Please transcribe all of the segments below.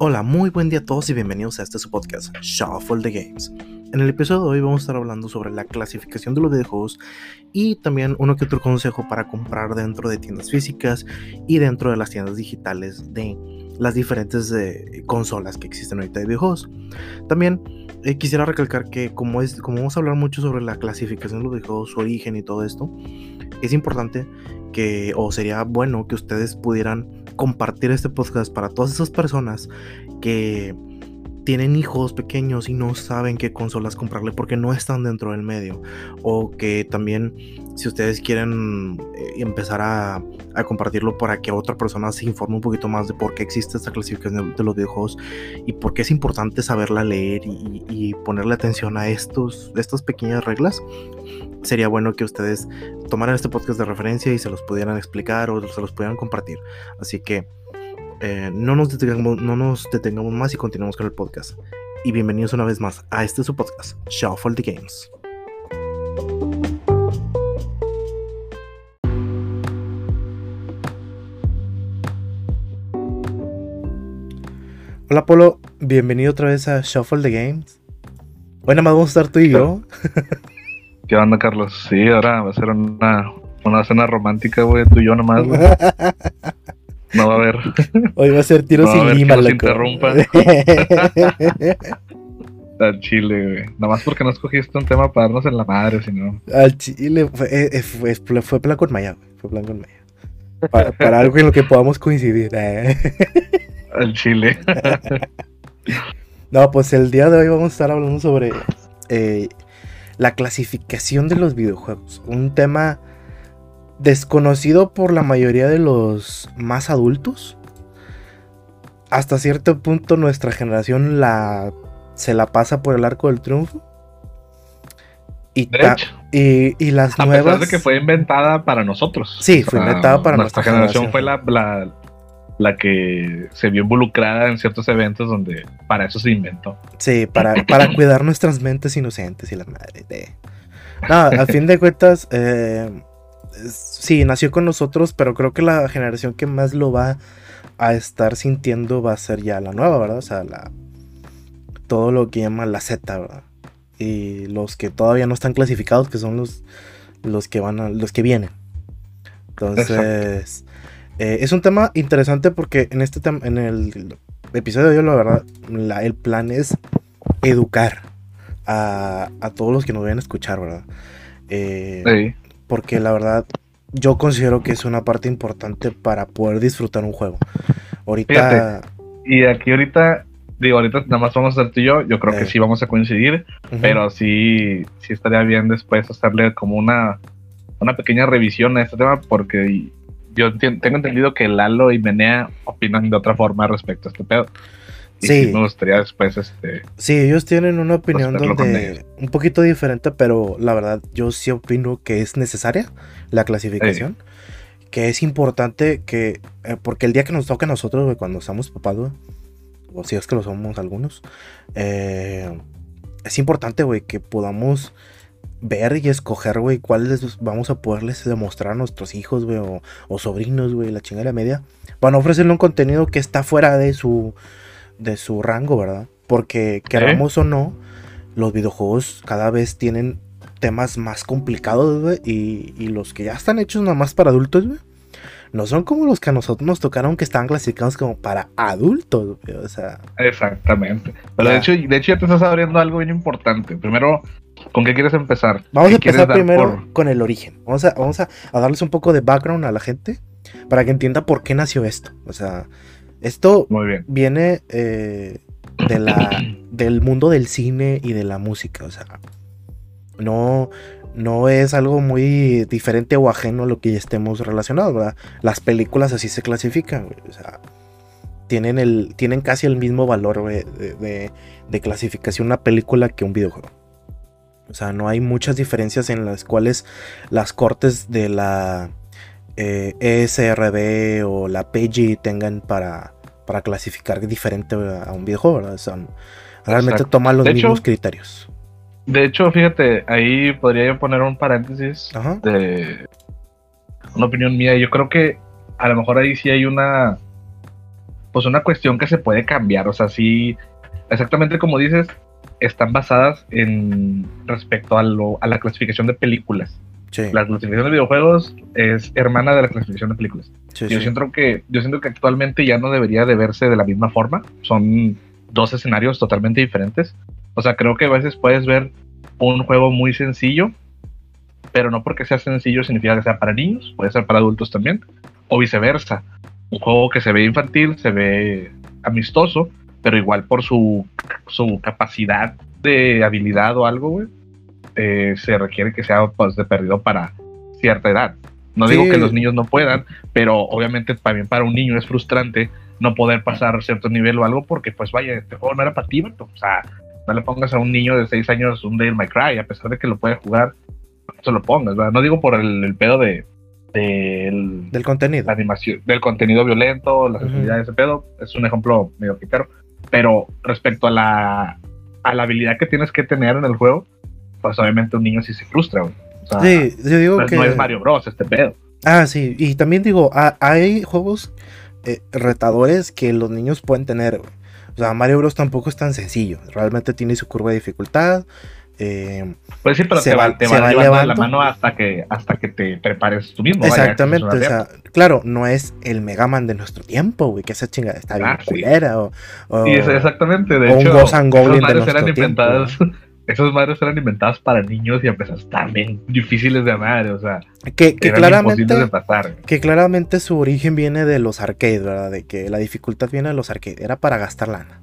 Hola, muy buen día a todos y bienvenidos a este su podcast, Shuffle the Games. En el episodio de hoy vamos a estar hablando sobre la clasificación de los videojuegos y también uno que otro consejo para comprar dentro de tiendas físicas y dentro de las tiendas digitales de las diferentes consolas que existen ahorita de videojuegos. También quisiera recalcar que como vamos a hablar mucho sobre la clasificación de los videojuegos, su origen y todo esto, es importante o sería bueno que ustedes pudieran compartir este podcast para todas esas personas que tienen hijos pequeños y no saben qué consolas comprarle porque no están dentro del medio, o que también si ustedes quieren empezar a compartirlo para que otra persona se informe un poquito más de por qué existe esta clasificación de los videojuegos y por qué es importante saberla leer y ponerle atención a estas pequeñas reglas. Sería bueno que ustedes tomaran este podcast de referencia y se los pudieran explicar o se los pudieran compartir. Así que no nos detengamos más y continuamos con el podcast. Y bienvenidos una vez más a este su podcast, Shuffle the Games. Hola Polo, bienvenido otra vez a Shuffle the Games. Hoy nada más vamos a estar tú y yo. ¿Qué onda, Carlos? Sí, ahora va a ser una cena romántica, güey, tú y yo nomás, güey. No va a haber. Hoy va a ser tiros sin lima, loco. Que nos interrumpa. Al chile, güey. Nada más porque no escogiste un tema para darnos en la madre, sino. Al chile fue plan con Maya, güey. Fue plan con Maya. Para algo en lo que podamos coincidir. Al chile. No, pues el día de hoy vamos a estar hablando sobre la clasificación de los videojuegos. Un tema desconocido por la mayoría de los más adultos. Hasta cierto punto nuestra generación se la pasa por el arco del triunfo. Y las a nuevas... pesar de que fue inventada para nosotros. Sí, fue inventada para nuestra generación. Fue la que se vio involucrada en ciertos eventos donde para eso se inventó. Sí, para cuidar nuestras mentes inocentes y la madre de... No, a fin de cuentas, sí, nació con nosotros, pero creo que la generación que más lo va a estar sintiendo va a ser ya la nueva, ¿verdad? O sea, todo lo que llaman la Z, ¿verdad? Y los que todavía no están clasificados, que son los que vienen. Entonces, es un tema interesante porque en el episodio de hoy, la verdad, el plan es educar a todos los que nos vayan a escuchar, ¿verdad? Sí. Porque la verdad, yo considero que es una parte importante para poder disfrutar un juego. Ahorita... Fíjate, y aquí ahorita nada más vamos a hacer tú y yo creo que sí vamos a coincidir, pero sí estaría bien después hacerle como una pequeña revisión a este tema, porque yo tengo entendido que Lalo y Menea opinan de otra forma respecto a este pedo. Y sí me gustaría después Sí, ellos tienen una opinión un poquito diferente, pero la verdad yo sí opino que es necesaria la clasificación. Que es importante que... porque el día que nos toque a nosotros, güey, cuando estamos papás, güey, o si es que lo somos algunos, es importante, güey, que podamos ver y escoger, güey, cuáles vamos a poderles demostrar a nuestros hijos, güey, o sobrinos, güey, la chingada media, para no ofrecerle un contenido que está fuera de su rango, ¿verdad? Porque queramos o no, los videojuegos cada vez tienen temas más complicados, güey, y los que ya están hechos nada más para adultos, güey, no son como los que a nosotros nos tocaron, que estaban clasificados como para adultos, güey, o sea... Exactamente. Pero de hecho ya te estás abriendo algo bien importante. Primero, ¿con qué quieres empezar? Vamos a empezar primero con el origen. Vamos a darles un poco de background a la gente para que entienda por qué nació esto. O sea, esto viene del mundo del cine y de la música. O sea, no es algo muy diferente o ajeno a lo que ya estemos relacionados, ¿verdad? Las películas así se clasifican, güey. O sea, tienen casi el mismo valor, güey, de clasificación una película que un videojuego. O sea, no hay muchas diferencias en las cuales las cortes de la ESRB o la PG tengan para clasificar diferente a un videojuego, ¿verdad? O sea, realmente toman los mismos criterios. De hecho, fíjate, ahí podría yo poner un paréntesis de una opinión mía. Yo creo que a lo mejor ahí sí hay una pues una cuestión que se puede cambiar. O sea, sí, exactamente como dices, están basadas en respecto a la clasificación de películas. Sí. La clasificación de videojuegos es hermana de la clasificación de películas. Sí, yo siento que actualmente ya no debería de verse de la misma forma. Son dos escenarios totalmente diferentes. O sea, creo que a veces puedes ver un juego muy sencillo, pero no porque sea sencillo significa que sea para niños, puede ser para adultos también, o viceversa. Un juego que se ve infantil, se ve amistoso, pero igual por su capacidad de habilidad o algo, güey, se requiere que sea, pues, de perdido para cierta edad. No digo que los niños no puedan, pero obviamente también para un niño es frustrante no poder pasar cierto nivel o algo, porque pues vaya, este juego no era para ti, o sea, no le pongas a un niño de 6 años un Devil May Cry, a pesar de que lo puede jugar, no se lo pongas, ¿verdad? No digo por el pedo del contenido. La animación, del contenido violento, la sensibilidad de ese pedo, es un ejemplo medio picaro, pero respecto a la habilidad que tienes que tener en el juego, pues obviamente un niño sí se frustra, güey. O sea, sí, yo digo pues que no es Mario Bros este pedo. Ah, sí, y también digo, hay juegos retadores que los niños pueden tener, güey. O sea, Mario Bros tampoco es tan sencillo, realmente tiene su curva de dificultad. Pues sí, pero te va llevando de la mano hasta que te prepares tú mismo. Exactamente, vaya, o sea, claro, no es el Mega Man de nuestro tiempo, güey, que esa chingada está bien culera. Sí, exactamente, de hecho, un Ghost and Goblin de nuestro tiempo. Esas madres eran inventadas para niños y a pesar están bien difíciles de amar, o sea, que claramente, imposibles de pasar. Que claramente su origen viene de los arcades, ¿verdad? De que la dificultad viene de los arcades, era para gastar lana.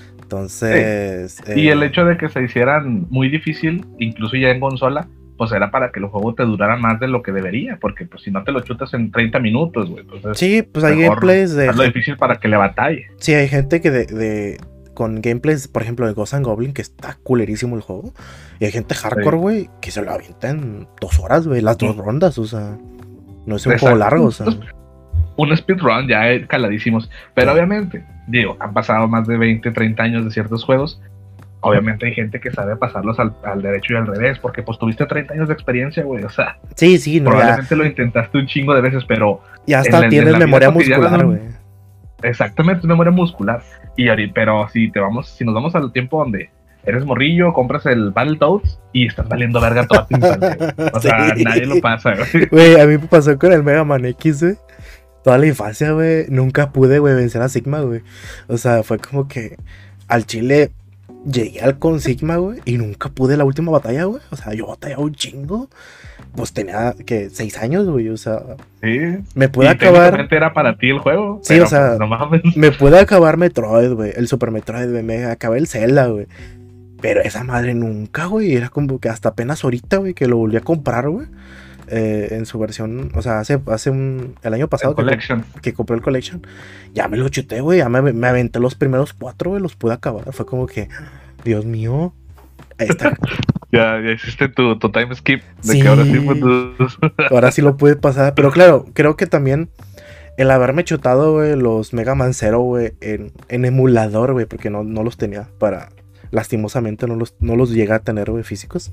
Entonces... Sí. Y el hecho de que se hicieran muy difícil, incluso ya en consola, pues era para que el juego te durara más de lo que debería, porque pues si no te lo chutas en 30 minutos, güey. Pues sí, pues hay gameplays de... Es lo difícil para que le batalle. Sí, hay gente que con gameplays, por ejemplo, de Ghost and Goblin, que está culerísimo el juego. Y hay gente hardcore, güey, que se lo avienta en 2 horas, güey, las 2 rondas, o sea, no es un juego largo, o sea. Un speedrun ya caladísimos, pero obviamente, digo, han pasado más de 20, 30 años de ciertos juegos. Obviamente hay gente que sabe pasarlos al derecho y al revés, porque pues tuviste 30 años de experiencia, güey, o sea. Sí, no, probablemente lo intentaste un chingo de veces, pero... Ya hasta tienes memoria muscular, güey. Exactamente, memoria muscular. Pero si nos vamos al tiempo donde eres morrillo, compras el Battletoads y estás valiendo verga toda tu infancia. O sea, nadie lo pasa, güey. Güey, a mí me pasó con el Mega Man X, güey. Toda la infancia, güey. Nunca pude, güey, vencer a Sigma, güey. O sea, fue como que al chile llegué al con Sigma, güey, y nunca pude la última batalla, güey. O sea, yo batallaba un chingo. Pues tenía, que 6 años, güey, o sea... Sí. Me pude acabar... era para ti el juego. Sí, pero, o sea, no mames. Me pude acabar Metroid, güey, el Super Metroid, güey, me acabé el Zelda, güey. Pero esa madre nunca, güey, era como que hasta apenas ahorita, güey, que lo volví a comprar, güey. En su versión, o sea, el año pasado que compré el Collection. Ya me lo chuté, güey, ya me aventé los primeros 4, güey, los pude acabar. Fue como que, Dios mío... Ahí está. Ya hiciste tu time skip de sí, que ahora sí pues, ahora sí lo pude pasar, pero claro, creo que también el haberme chutado, güey, los Mega Man Zero, güey, en emulador, güey, porque no los tenía lastimosamente no los llegué a tener, güey, físicos.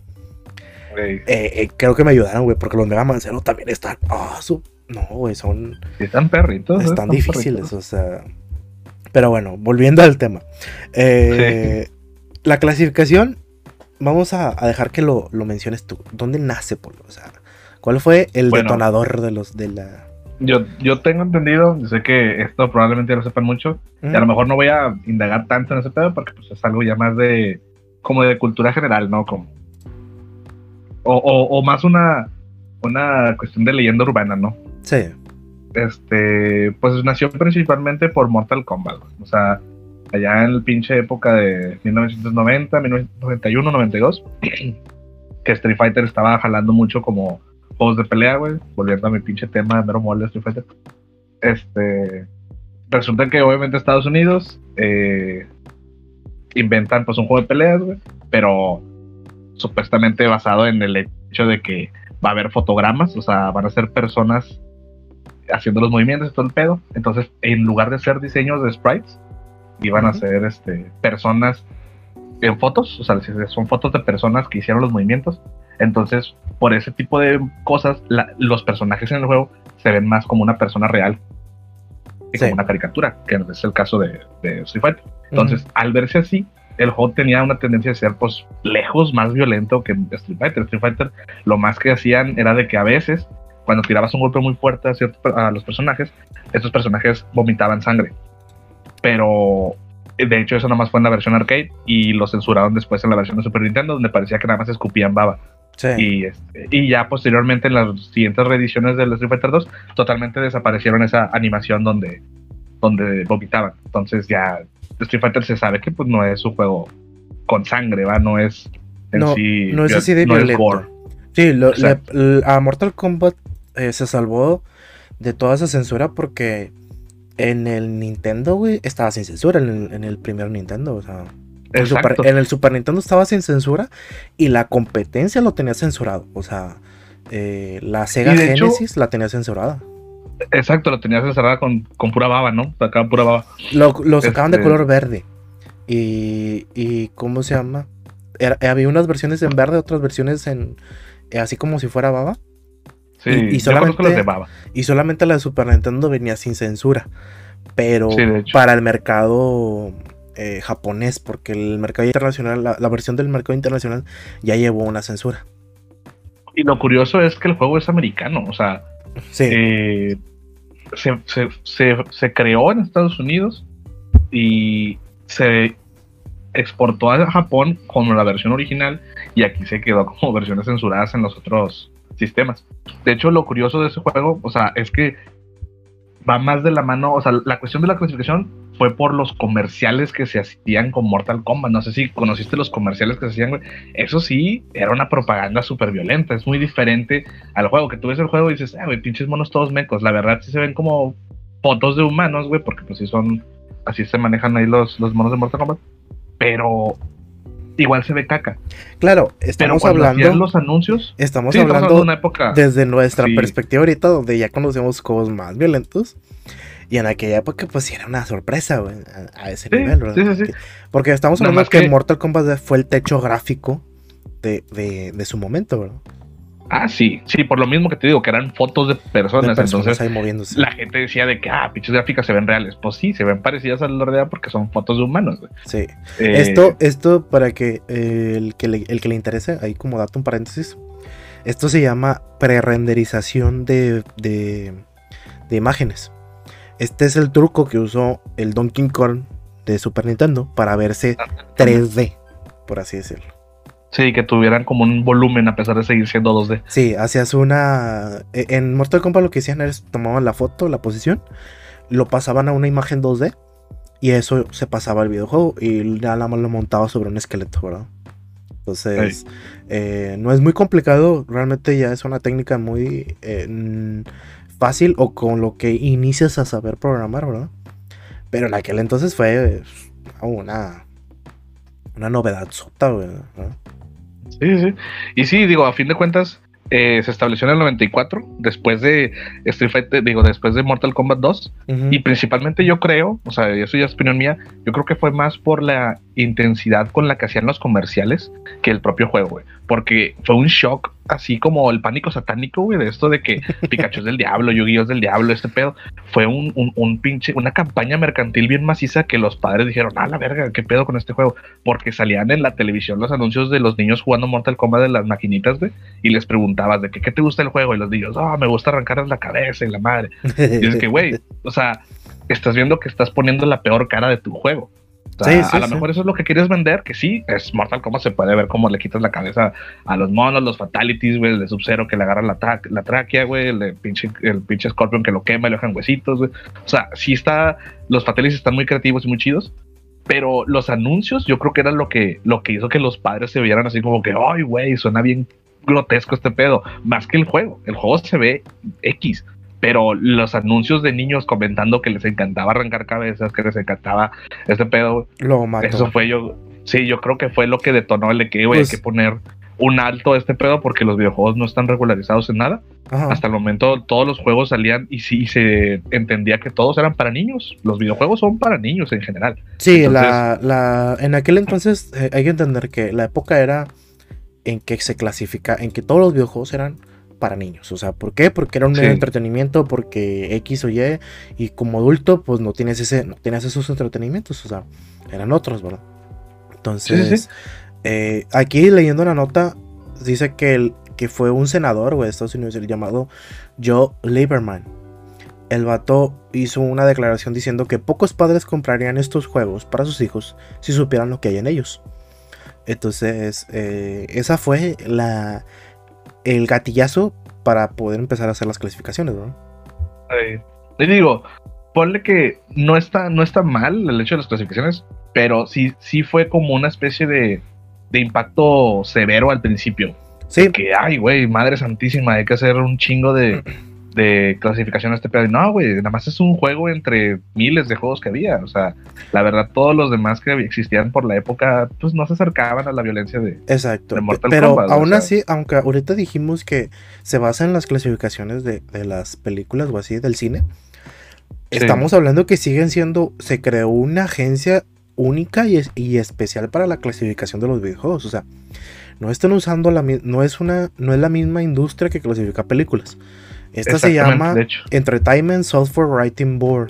Creo que me ayudaron, güey, porque los Mega Man Zero también están, no, güey, están perritos, están difíciles, perritos. O sea, pero bueno, volviendo al tema, la clasificación. Vamos a dejar que lo menciones tú. ¿Dónde nace, Polo? O sea, ¿cuál fue el detonador de la...? Yo tengo entendido, yo sé que esto probablemente ya lo sepan mucho, y a lo mejor no voy a indagar tanto en ese pedo, porque pues es algo ya más como de cultura general, ¿no? O más una cuestión de leyenda urbana, ¿no? Sí. Pues nació principalmente por Mortal Kombat, o sea... allá en la pinche época de 1990, 1991, 92, que Street Fighter estaba jalando mucho como juegos de pelea, güey, volviendo a mi pinche tema de mero mole de Street Fighter. Resulta que obviamente Estados Unidos inventan pues un juego de peleas, güey, pero supuestamente basado en el hecho de que va a haber fotogramas, o sea, van a ser personas haciendo los movimientos y todo el pedo. Entonces, en lugar de ser diseños de sprites, iban a ser personas en fotos, o sea, son fotos de personas que hicieron los movimientos. Entonces, por ese tipo de cosas, los personajes en el juego se ven más como una persona real. y como una caricatura, que es el caso de Street Fighter. Entonces, al verse así, el juego tenía una tendencia a ser, pues, lejos más violento que Street Fighter. Street Fighter, lo más que hacían era de que a veces, cuando tirabas un golpe muy fuerte a los personajes, estos personajes vomitaban sangre. Pero, de hecho, eso nada más fue en la versión arcade y lo censuraron después en la versión de Super Nintendo, donde parecía que nada más escupían baba. Sí. Y ya posteriormente en las siguientes reediciones del Street Fighter 2 totalmente desaparecieron esa animación donde vomitaban. Entonces ya Street Fighter se sabe que pues no es un juego con sangre, ¿va? No es sí, no es así de violento. Sí, a Mortal Kombat se salvó de toda esa censura porque en el Nintendo, güey, estaba sin censura en el primer Nintendo, o sea, en el Super Nintendo estaba sin censura y la competencia lo tenía censurado, o sea, la Sega Genesis la tenía censurada. Exacto, lo tenía censurada con pura baba, ¿no? Sacaban pura baba. Lo sacaban de color verde y ¿cómo se llama? Había unas versiones en verde, otras versiones en así como si fuera baba. Sí, y solamente las de baba. Y solamente la de Super Nintendo venía sin censura. Pero sí, para el mercado japonés, porque el mercado internacional, la versión del mercado internacional ya llevó una censura. Y lo curioso es que el juego es americano, o sea, sí. Se creó en Estados Unidos y se exportó a Japón como la versión original y aquí se quedó como versiones censuradas en los otros sistemas. De hecho, lo curioso de ese juego, o sea, es que va más de la mano, o sea, la cuestión de la clasificación fue por los comerciales que se hacían con Mortal Kombat. No sé si conociste los comerciales que se hacían, güey. Eso sí, era una propaganda súper violenta, es muy diferente al juego, que tú ves el juego y dices, güey, pinches monos todos mecos. La verdad sí se ven como fotos de humanos, güey, porque pues sí son, así se manejan ahí los monos de Mortal Kombat, pero igual se ve caca. Claro, estamos hablando los anuncios. Estamos hablando de una época desde nuestra perspectiva ahorita, donde ya conocemos juegos más violentos. Y en aquella época, pues sí era una sorpresa, güey, a ese nivel, ¿verdad? Sí. Porque estamos hablando que Mortal Kombat fue el techo gráfico de su momento, ¿verdad? Ah, sí, por lo mismo que te digo, que eran fotos de personas entonces ahí moviéndose. La gente decía de que, pinches gráficas se ven reales. Pues sí, se ven parecidas a la realidad porque son fotos de humanos, güey. Sí. Esto para que el que le interese, ahí como dato un paréntesis, esto se llama prerenderización de imágenes. Este es el truco que usó el Donkey Kong de Super Nintendo para verse 3D, por así decirlo. Sí, que tuvieran como un volumen a pesar de seguir siendo 2D. Sí, hacías en Mortal Kombat lo que hacían es tomaban la foto, la posición, lo pasaban a una imagen 2D y eso se pasaba al videojuego y ya lo montaba sobre un esqueleto, ¿verdad? Entonces, no es muy complicado, realmente ya es una técnica muy fácil o con lo que inicias a saber programar, ¿verdad? Pero en aquel entonces fue una novedad sota, ¿verdad? Sí. Y sí, digo, a fin de cuentas, se estableció en el 94, después de Street Fighter, después de Mortal Kombat 2, y principalmente yo creo, o sea, eso ya es opinión mía, yo creo que fue más por la intensidad con la que hacían los comerciales que el propio juego, güey, porque fue un shock, así como el pánico satánico, güey, de esto de que Pikachu es del diablo, Yu-Gi-Oh es del diablo, este pedo, fue una campaña mercantil bien maciza que los padres dijeron, la verga, qué pedo con este juego, porque salían en la televisión los anuncios de los niños jugando Mortal Kombat de las maquinitas, güey, y les preguntabas de qué te gusta el juego, y los niños, me gusta arrancarles la cabeza y la madre, y es que, güey, o sea, estás viendo que estás poniendo la peor cara de tu juego. O sea, a lo mejor eso es lo que quieres vender, que sí, es Mortal Kombat, se puede ver cómo le quitas la cabeza a los monos, los fatalities, güey, el de Sub-Zero que le agarra la tráquea, güey, el pinche Scorpion que lo quema y le dejan huesitos, güey. O sea, sí los fatalities están muy creativos y muy chidos, pero los anuncios yo creo que era lo que hizo que los padres se vieran así como que, ay, güey, suena bien grotesco este pedo, más que el juego se ve X. Pero los anuncios de niños comentando que les encantaba arrancar cabezas, que les encantaba este pedo, lo mató. Eso fue yo creo que fue lo que detonó el de que, güey, hay que poner un alto a este pedo porque los videojuegos no están regularizados en nada. Ajá. Hasta el momento todos los juegos salían y sí se entendía que todos eran para niños. Los videojuegos son para niños en general. Sí, entonces, en aquel entonces hay que entender que la época era en que se clasifica, en que todos los videojuegos eran para niños. O sea, ¿por qué? Porque era un medio de entretenimiento, porque X o Y, y como adulto, pues no tienes esos entretenimientos, o sea, eran otros, ¿verdad? Entonces, aquí leyendo la nota, dice que fue un senador, güey, de Estados Unidos, el llamado Joe Lieberman. El vato hizo una declaración diciendo que pocos padres comprarían estos juegos para sus hijos si supieran lo que hay en ellos. Entonces, esa fue el gatillazo para poder empezar a hacer las clasificaciones, ¿no? Le digo, ponle que no está mal el hecho de las clasificaciones, pero sí fue como una especie de impacto severo al principio. Sí. Que, ay, güey, madre santísima, hay que hacer un chingo de clasificación a este pedo. No, güey, nada más es un juego entre miles de juegos que había. O sea, la verdad, todos los demás que existían por la época, pues no se acercaban a la violencia de Mortal Kombat. Pero aún así, aunque ahorita dijimos que se basa en las clasificaciones de las películas o así, del cine, estamos hablando que se creó una agencia única y especial para la clasificación de los videojuegos. O sea, no están usando no es la misma industria que clasifica películas. Esta se llama Entertainment Software Rating Board.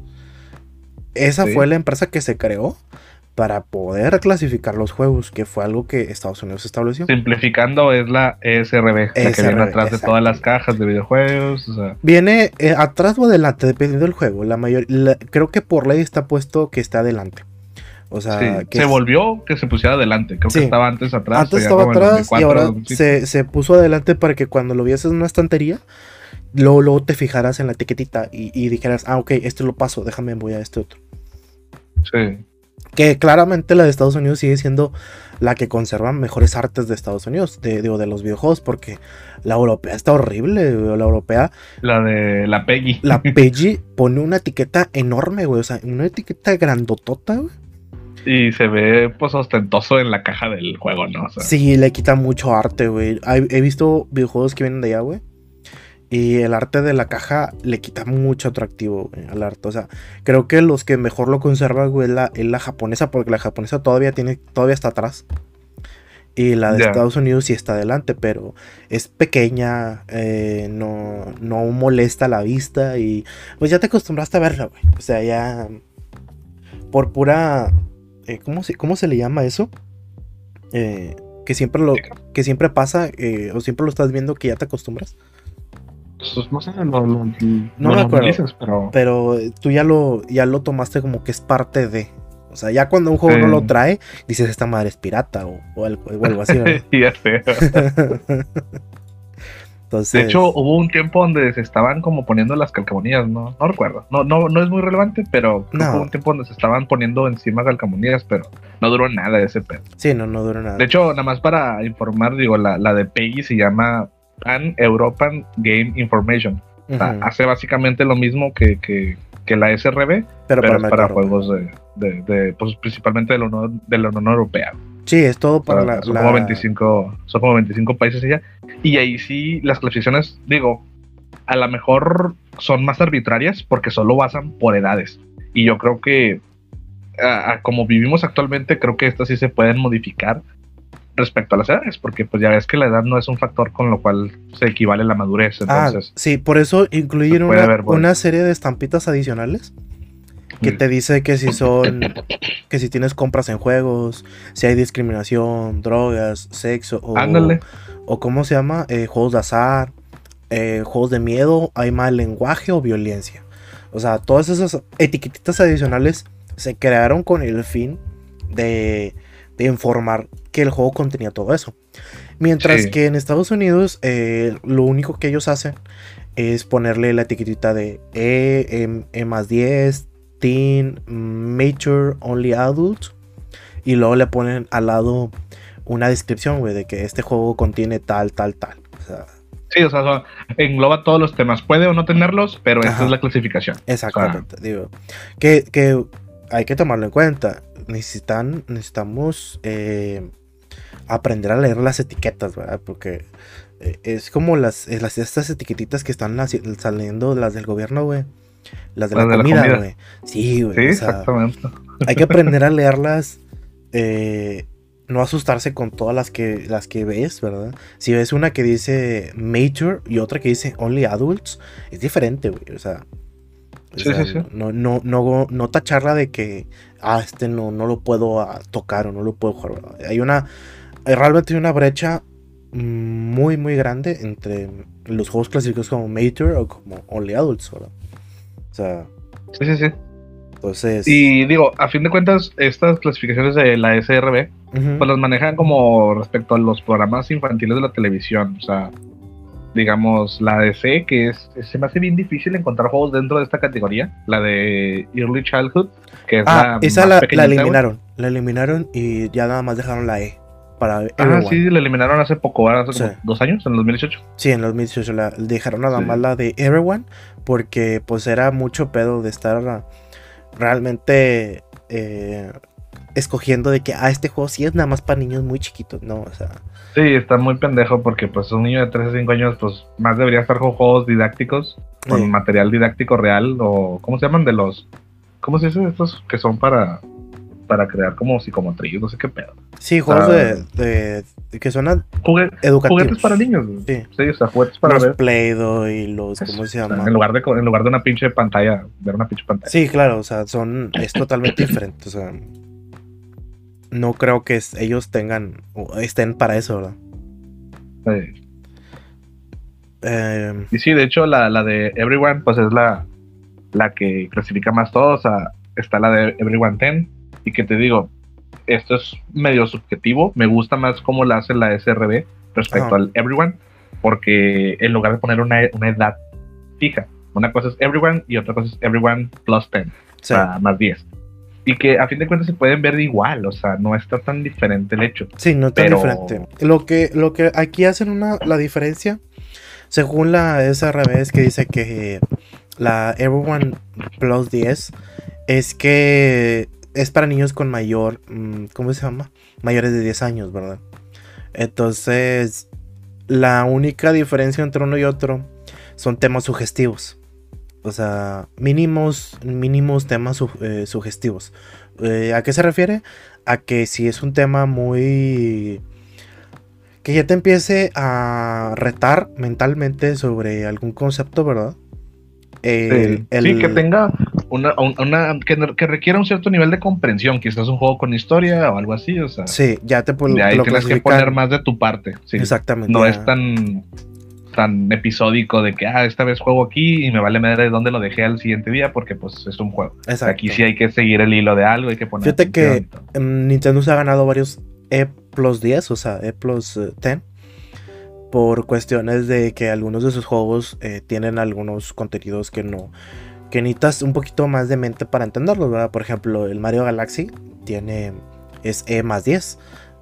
Esa fue la empresa que se creó para poder clasificar los juegos, que fue algo que Estados Unidos estableció. Simplificando, es la ESRB, la que viene atrás de todas las cajas de videojuegos. O sea. Viene atrás o adelante, dependiendo del juego. Creo que por ley está puesto que está adelante. O sea, se volvió que se pusiera adelante. Creo que estaba antes atrás. Antes estaba atrás y ahora se puso adelante para que cuando lo vieses en una estantería, luego te fijaras en la etiquetita y dijeras, ok, este lo paso, déjame, voy a este otro. Sí. Que claramente la de Estados Unidos sigue siendo la que conserva mejores artes de Estados Unidos, de los videojuegos, porque la europea está horrible, güey. La europea. La de la Peggy. La Peggy pone una etiqueta enorme, güey. O sea, una etiqueta grandotota, güey. Y se ve, pues, ostentoso en la caja del juego, ¿no? O sea. Sí, le quita mucho arte, güey. He visto videojuegos que vienen de allá, güey. Y el arte de la caja le quita mucho atractivo, güey, al arte. O sea, creo que los que mejor lo conservan, güey, es la japonesa, porque la japonesa todavía está atrás. Y la de Estados Unidos sí está adelante, pero es pequeña, no molesta la vista y pues ya te acostumbraste a verla, güey. O sea, ya por pura... ¿cómo se le llama eso? Que siempre pasa, o siempre lo estás viendo que ya te acostumbras. Pues no sé, no me acuerdo, dices, pero tú ya lo tomaste como que es parte de. O sea, ya cuando un juego no lo trae, dices, esta madre es pirata o algo así, ¿no? Ya sé. Entonces... De hecho, hubo un tiempo donde se estaban como poniendo las calcamonías, no recuerdo. No es muy relevante, pero hubo un tiempo donde se estaban poniendo encima calcamonías, pero no duró nada ese pedo. Sí, no duró nada. De hecho, nada más para informar, digo, la de Peggy se llama Pan-European Game Information. O sea, hace básicamente lo mismo que la SRB, pero es para juegos pues, principalmente de la Unión Europea. Sí, es todo para son como 25 países allá. Y ahí sí, las clasificaciones, digo, a lo mejor son más arbitrarias porque solo basan por edades. Y yo creo que, como vivimos actualmente, creo que estas sí se pueden modificar respecto a las edades, porque pues ya ves que la edad no es un factor con lo cual se equivale la madurez. Entonces, sí, por eso incluyeron una serie de estampitas adicionales que te dice que si tienes compras en juegos, si hay discriminación, drogas, sexo o ¿cómo se llama? Juegos de azar, juegos de miedo, hay mal lenguaje o violencia. O sea, todas esas etiquetitas adicionales se crearon con el fin de informar que el juego contenía todo eso. Mientras que en Estados Unidos lo único que ellos hacen es ponerle la etiquetita de E+10, Teen, Mature, Only Adult, y luego le ponen al lado una descripción, güey, de que este juego contiene tal. O sea, sí, o sea, engloba todos los temas. Puede o no tenerlos, pero esta es la clasificación. Exactamente, digo. Que hay que tomarlo en cuenta. Necesitamos aprender a leer las etiquetas, ¿verdad? Porque es como estas etiquetitas que están saliendo, las del gobierno, güey. Las de la comida, güey. Sí, güey. Sí, exactamente. Hay que aprender a leerlas. no asustarse con todas las que ves, ¿verdad? Si ves una que dice Mature y otra que dice Only Adults, es diferente, güey. O sea, Sí, sí, sí. no tacharla de que, no lo puedo tocar o no lo puedo jugar, ¿verdad? Realmente hay una brecha muy, muy grande entre los juegos clásicos como Mature o como Only Adults, ¿verdad? O sea, Sí, sí, sí. entonces... Y digo, a fin de cuentas, estas clasificaciones de la SRB, pues las manejan como respecto a los programas infantiles de la televisión. O sea, digamos, la de C, que se me hace bien difícil encontrar juegos dentro de esta categoría. La de Early Childhood, que es la esa más la pequeñita. la eliminaron y ya nada más dejaron la E para Everyone. Sí, la eliminaron hace poco, hace como 2 años, en el 2018. Sí, en el 2018 dejaron nada Sí. más la de Everyone, porque pues era mucho pedo de estar realmente escogiendo de que este juego sí es nada más para niños muy chiquitos, ¿no? O sea... Sí, está muy pendejo porque pues un niño de 3 a 5 años pues más debería estar con juegos didácticos, con material didáctico real o ¿cómo se llaman? ¿Cómo se dice estos que son para crear como psicomotriz? No sé qué pedo. Sí, juegos de que son educativos. Juguetes para niños. Sí, o sea, juguetes para los ver. Play-Doh y los, ¿cómo se llama? O sea, en lugar de una pinche pantalla, ver una pinche pantalla. Sí, claro, o sea, es totalmente diferente, o sea, no creo que ellos estén para eso, ¿verdad? Sí. Y sí, de hecho, la de Everyone, pues es la que clasifica más todo. O sea, está la de Everyone 10. Y que te digo, esto es medio subjetivo. Me gusta más cómo la hace la SRB respecto al Everyone. Porque en lugar de poner una edad fija, una cosa es Everyone y otra cosa es Everyone plus 10. Sí. O sea, más 10. Y que a fin de cuentas se pueden ver igual, o sea, no está tan diferente el hecho. Sí, no está diferente. Lo que aquí hacen la diferencia, según la SRB, es que dice que la Everyone Plus 10 es que es para niños con mayor, ¿cómo se llama? Mayores de 10 años, ¿verdad? Entonces, la única diferencia entre uno y otro son temas sugestivos. O sea, mínimos temas sugestivos. ¿A qué se refiere? A que si es un tema muy... que ya te empiece a retar mentalmente sobre algún concepto, ¿verdad? Sí, que tenga que requiera un cierto nivel de comprensión, quizás un juego con historia o algo así, o sea. Sí, ya te de ahí lo tienes que poner más de tu parte. Sí. Exactamente. No es tan episódico de que esta vez juego aquí y me vale madre de dónde lo dejé al siguiente día porque pues es un juego. Exacto. Aquí sí hay que seguir el hilo de algo, hay que poner Fíjate atención. Que Nintendo se ha ganado varios E plus 10, o sea, E plus 10, por cuestiones de que algunos de sus juegos tienen algunos contenidos que necesitas un poquito más de mente para entenderlos, ¿verdad? Por ejemplo, el Mario Galaxy es E más 10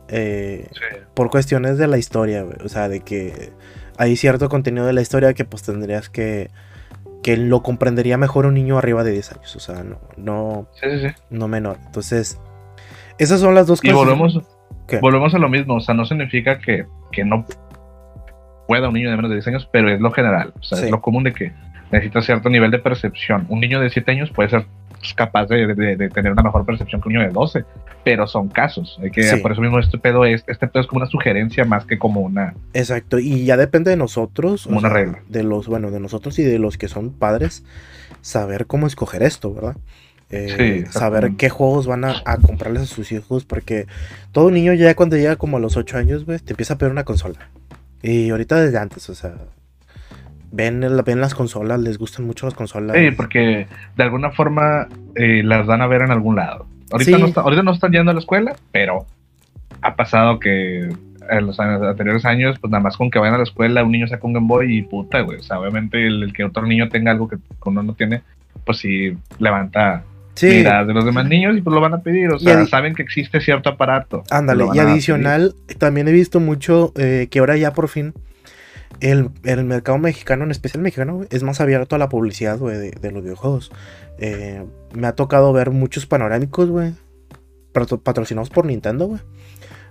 por cuestiones de la historia, o sea, de que hay cierto contenido de la historia que pues tendrías que lo comprendería mejor un niño arriba de 10 años, o sea, no menor. Entonces, esas son las dos cosas. Y volvemos a lo mismo, o sea, no significa que no pueda un niño de menos de 10 años, pero es lo general, o sea, es lo común de que necesita cierto nivel de percepción. Un niño de 7 años puede ser capaz de tener una mejor percepción que un niño de 12, pero son casos. Por eso mismo este pedo es como una sugerencia más que como una... Exacto, y ya depende de nosotros, como una regla. De nosotros y de los que son padres, saber cómo escoger esto, ¿verdad? Saber qué juegos van a comprarles a sus hijos, porque todo niño ya cuando llega como a los 8 años, güey, te empieza a pedir una consola. Y ahorita desde antes, o sea, ven las consolas, les gustan mucho las consolas. Sí, porque de alguna forma las van a ver en algún lado. Ahorita no están yendo a la escuela, pero ha pasado que en los anteriores años, pues nada más con que vayan a la escuela, un niño saca un Game Boy y puta, güey. O sea, obviamente el que otro niño tenga algo que uno no tiene, pues sí levanta miradas de los demás niños y pues lo van a pedir. O sea, saben que existe cierto aparato. Ándale, y adicional, también he visto mucho que ahora ya por fin el mercado mexicano, en especial mexicano, güey, es más abierto a la publicidad, güey, de los videojuegos. Me ha tocado ver muchos panorámicos, güey, patrocinados por Nintendo, güey.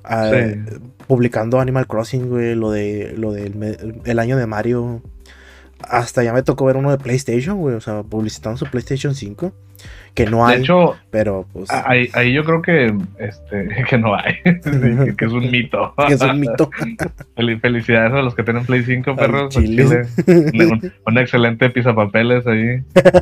Publicando Animal Crossing, güey, lo del año de Mario. hasta ya me tocó ver uno de PlayStation, güey, o sea, publicitando su PlayStation 5, que no hay, De hecho, pero pues... ahí yo creo que que no hay, que es un mito. que es un mito. Felicidades a los que tienen Play 5, perros. Al chile. Un excelente pisapapeles ahí.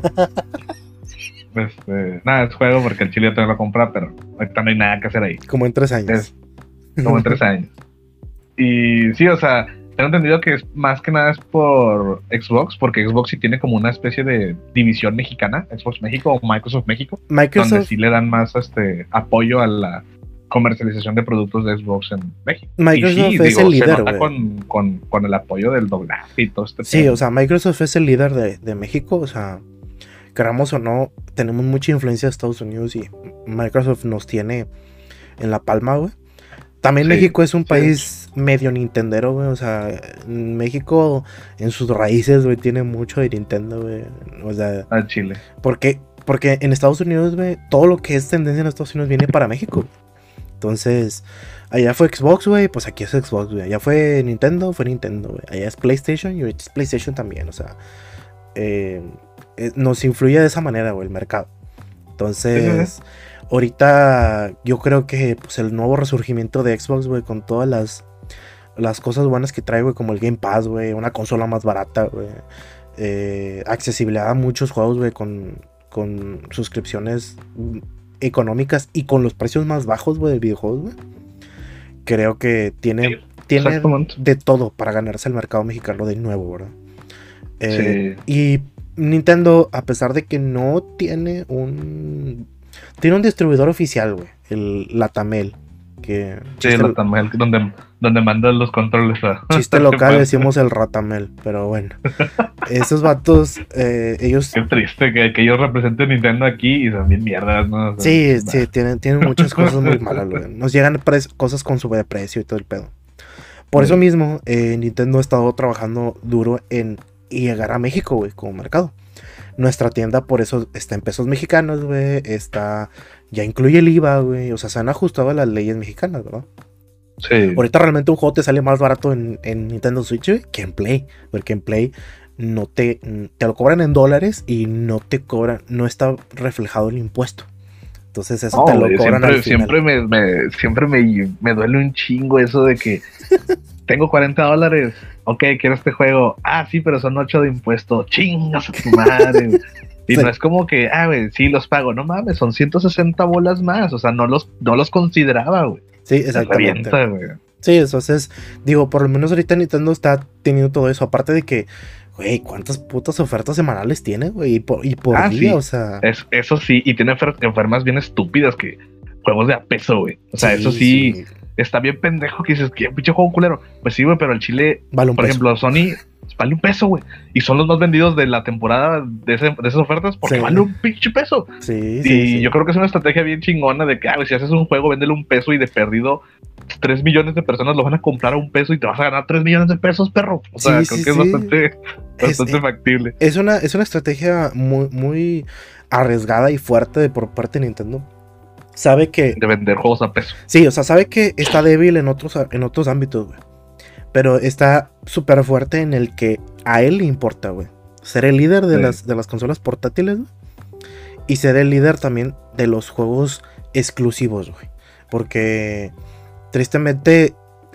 Nada, es juego porque el chile ya te lo compra, pero ahorita no hay nada que hacer ahí. Como en 3 años. Como en 3 años. Y sí, o sea, tengo entendido que es más que nada es por Xbox, porque Xbox sí tiene como una especie de división mexicana, Xbox México o Microsoft México, donde sí le dan más apoyo a la comercialización de productos de Xbox en México. Microsoft y sí, es el líder, se nota con el apoyo del doblaje y todo Sí, tema. O sea, Microsoft es el líder de México, o sea, queramos o no, tenemos mucha influencia de Estados Unidos y Microsoft nos tiene en la palma, güey. También sí, México es un país medio nintendero, güey, o sea, México en sus raíces, güey, tiene mucho de Nintendo, güey, o sea... A Chile. Porque en Estados Unidos, güey, todo lo que es tendencia en Estados Unidos viene para México. Entonces, allá fue Xbox, güey, pues aquí es Xbox, güey. Allá fue Nintendo, güey. Allá es PlayStation y es PlayStation también, o sea... nos influye de esa manera, güey, el mercado. Entonces... Ahorita yo creo que pues el nuevo resurgimiento de Xbox, güey, con todas las cosas buenas que trae, güey, como el Game Pass, güey, una consola más barata, güey, accesibilidad a muchos juegos, güey, con suscripciones económicas y con los precios más bajos, güey, de videojuegos, güey. Creo que tiene de todo para ganarse el mercado mexicano de nuevo, ¿verdad? Sí. Y Nintendo, a pesar de que no tiene un distribuidor oficial, güey, el Latamel. Sí, el Latamel, donde mandan los controles a... Chiste local, decimos el Ratamel, pero bueno. Esos vatos, ellos... Qué triste que ellos representen Nintendo aquí y son bien mierdas, ¿no? O sea, sí, tienen muchas cosas muy malas, güey. Nos llegan cosas con sobreprecio y todo el pedo. Por eso mismo, Nintendo ha estado trabajando duro en llegar a México, güey, como mercado. Nuestra tienda por eso está en pesos mexicanos, güey. Ya incluye el IVA, güey. O sea, se han ajustado a las leyes mexicanas, ¿verdad? Sí. Ahorita realmente un juego te sale más barato en Nintendo Switch, güey, que en Play. Porque en Play no te lo cobran en dólares y no no está reflejado el impuesto. Entonces eso te lo cobran al final. Siempre me duele un chingo eso de que tengo $40. Ok, quiero este juego. Ah, sí, pero son 8 de impuesto. Chingas a tu madre. Y sí. No es como que, güey, sí los pago. No mames, son 160 bolas más. O sea, no los consideraba, güey. Sí, exactamente. Se revienta, güey. Sí, entonces, digo, por lo menos ahorita Nintendo está teniendo todo eso. Aparte de que, güey, ¿cuántas putas ofertas semanales tiene, güey? Y por día, sí. O sea... Eso sí, y tiene enfermas bien estúpidas que juegos de a peso, güey. O sea, eso sí. Está bien pendejo que dices, ¿qué pinche juego culero? Pues sí, güey, pero el Chile, vale por ejemplo, Sony vale $1, güey. Y son los más vendidos de la temporada de esas ofertas porque vale un pinche peso. Sí. Yo creo que es una estrategia bien chingona de que, si haces un juego, véndele $1 y de perdido 3 millones de personas lo van a comprar a $1 y te vas a ganar 3 millones de pesos, perro. O sea, creo que es bastante factible. Es una estrategia muy, muy arriesgada y fuerte por parte de Nintendo. Sabe que... De vender juegos a peso. Sí, o sea, sabe que está débil en otros ámbitos, güey. Pero está súper fuerte en el que a él le importa, güey. Ser el líder de las consolas portátiles, güey. Y ser el líder también de los juegos exclusivos, güey. Porque tristemente,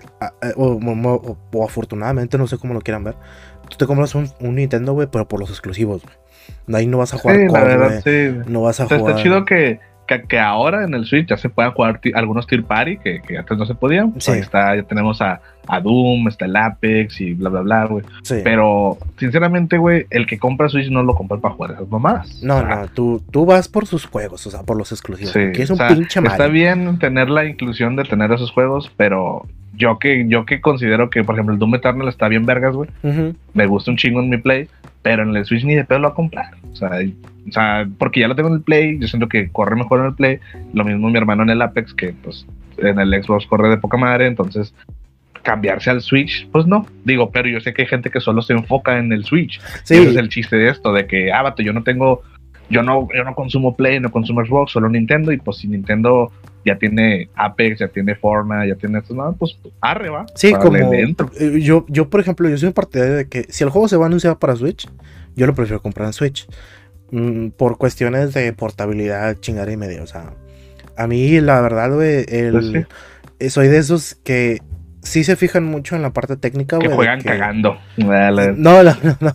o afortunadamente, no sé cómo lo quieran ver, tú te compras un Nintendo, güey, pero por los exclusivos, güey. Ahí no vas a jugar no vas a jugar... Está chido que ahora en el Switch ya se puedan jugar algunos Tier Party que antes no se podían. Sí. Ahí está, ya tenemos a Doom, está el Apex y bla, bla, bla, güey. Sí. Pero, sinceramente, güey, el que compra Switch no lo compra para jugar esas mamadas. No, tú vas por sus juegos, o sea, por los exclusivos. Sí, que es un pinche mal. Está bien tener la inclusión de tener esos juegos, pero yo que considero que, por ejemplo, el Doom Eternal está bien vergas, güey. Uh-huh. Me gusta un chingo en mi Play, pero en el Switch ni de pedo lo voy a comprar. O sea, porque ya lo tengo en el Play, yo siento que corre mejor en el Play. Lo mismo mi hermano en el Apex, que pues en el Xbox corre de poca madre, entonces cambiarse al Switch, pues no. Digo, pero yo sé que hay gente que solo se enfoca en el Switch. Sí. Ese es el chiste de esto, de que, vato, yo no tengo yo no consumo Play, no consumo Xbox, solo Nintendo, y pues si Nintendo ya tiene Apex, ya tiene Fortnite, ya tiene esto, no, pues arre, va. Sí, como yo, por ejemplo, yo soy un partidario de que si el juego se va a anunciar para Switch, yo lo prefiero comprar en Switch. Por cuestiones de portabilidad, chingada y media, o sea, a mí la verdad, güey, Pues sí. soy de esos que sí se fijan mucho en la parte técnica, güey. Que juegan cagando. No.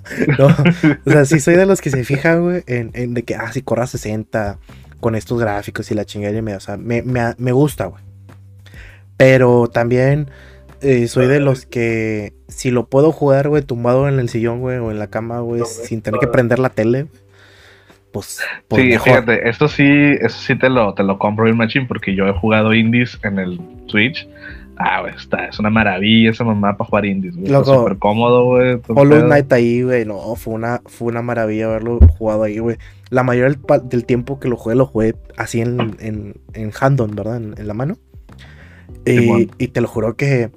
O sea, sí soy de los que se fijan, güey, en de que, si corra 60 con estos gráficos y la chingada y media, o sea, me gusta, güey. Pero también soy de los que si lo puedo jugar, güey, tumbado en el sillón, güey, o en la cama, güey, sin tener que prender la tele, pues sí, mejor. fíjate, eso sí te lo compro bien machín, porque yo he jugado indies en el Switch. Güey, es una maravilla esa mamá para jugar indies, güey. Está súper cómodo, güey. Hollow Knight ahí, güey, no, fue una maravilla haberlo jugado ahí, güey. La mayoría del tiempo que lo jugué así en hand-on, ¿verdad? En la mano. Y te lo juro que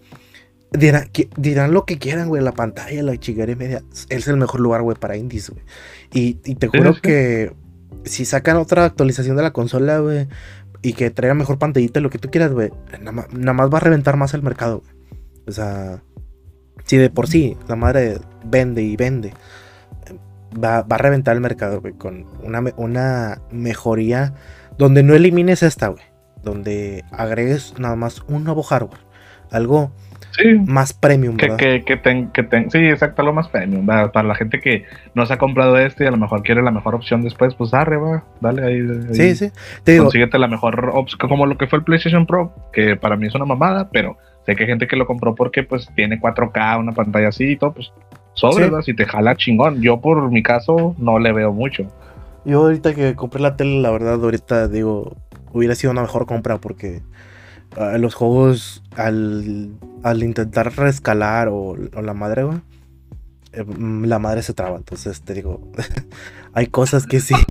dirán lo que quieran, güey, la pantalla, la chingada y media. Es el mejor lugar, güey, para indies, güey. Y te juro que si sacan otra actualización de la consola, güey, y que traiga mejor pantallita, lo que tú quieras, güey, nada más va a reventar más el mercado, güey. O sea, si de por sí la madre vende y vende, va a reventar el mercado, güey, con una mejoría donde no elimines esta, güey, donde agregues nada más un nuevo hardware, algo más premium, ¿verdad? Sí, exacto, algo más premium, ¿verdad? Para la gente que no se ha comprado y a lo mejor quiere la mejor opción después, pues arre, va, dale ahí. Sí, te digo, consíguete la mejor opción, como lo que fue el PlayStation Pro, que para mí es una mamada, pero sé que hay gente que lo compró porque pues tiene 4K, una pantalla así y todo, pues ¿verdad? Si te jala chingón. Yo por mi caso no le veo mucho. Yo ahorita que compré la tele, la verdad, ahorita digo, hubiera sido una mejor compra porque los juegos al intentar rescalar o la madre, güey, la madre se traba. Entonces te digo, hay cosas que sí.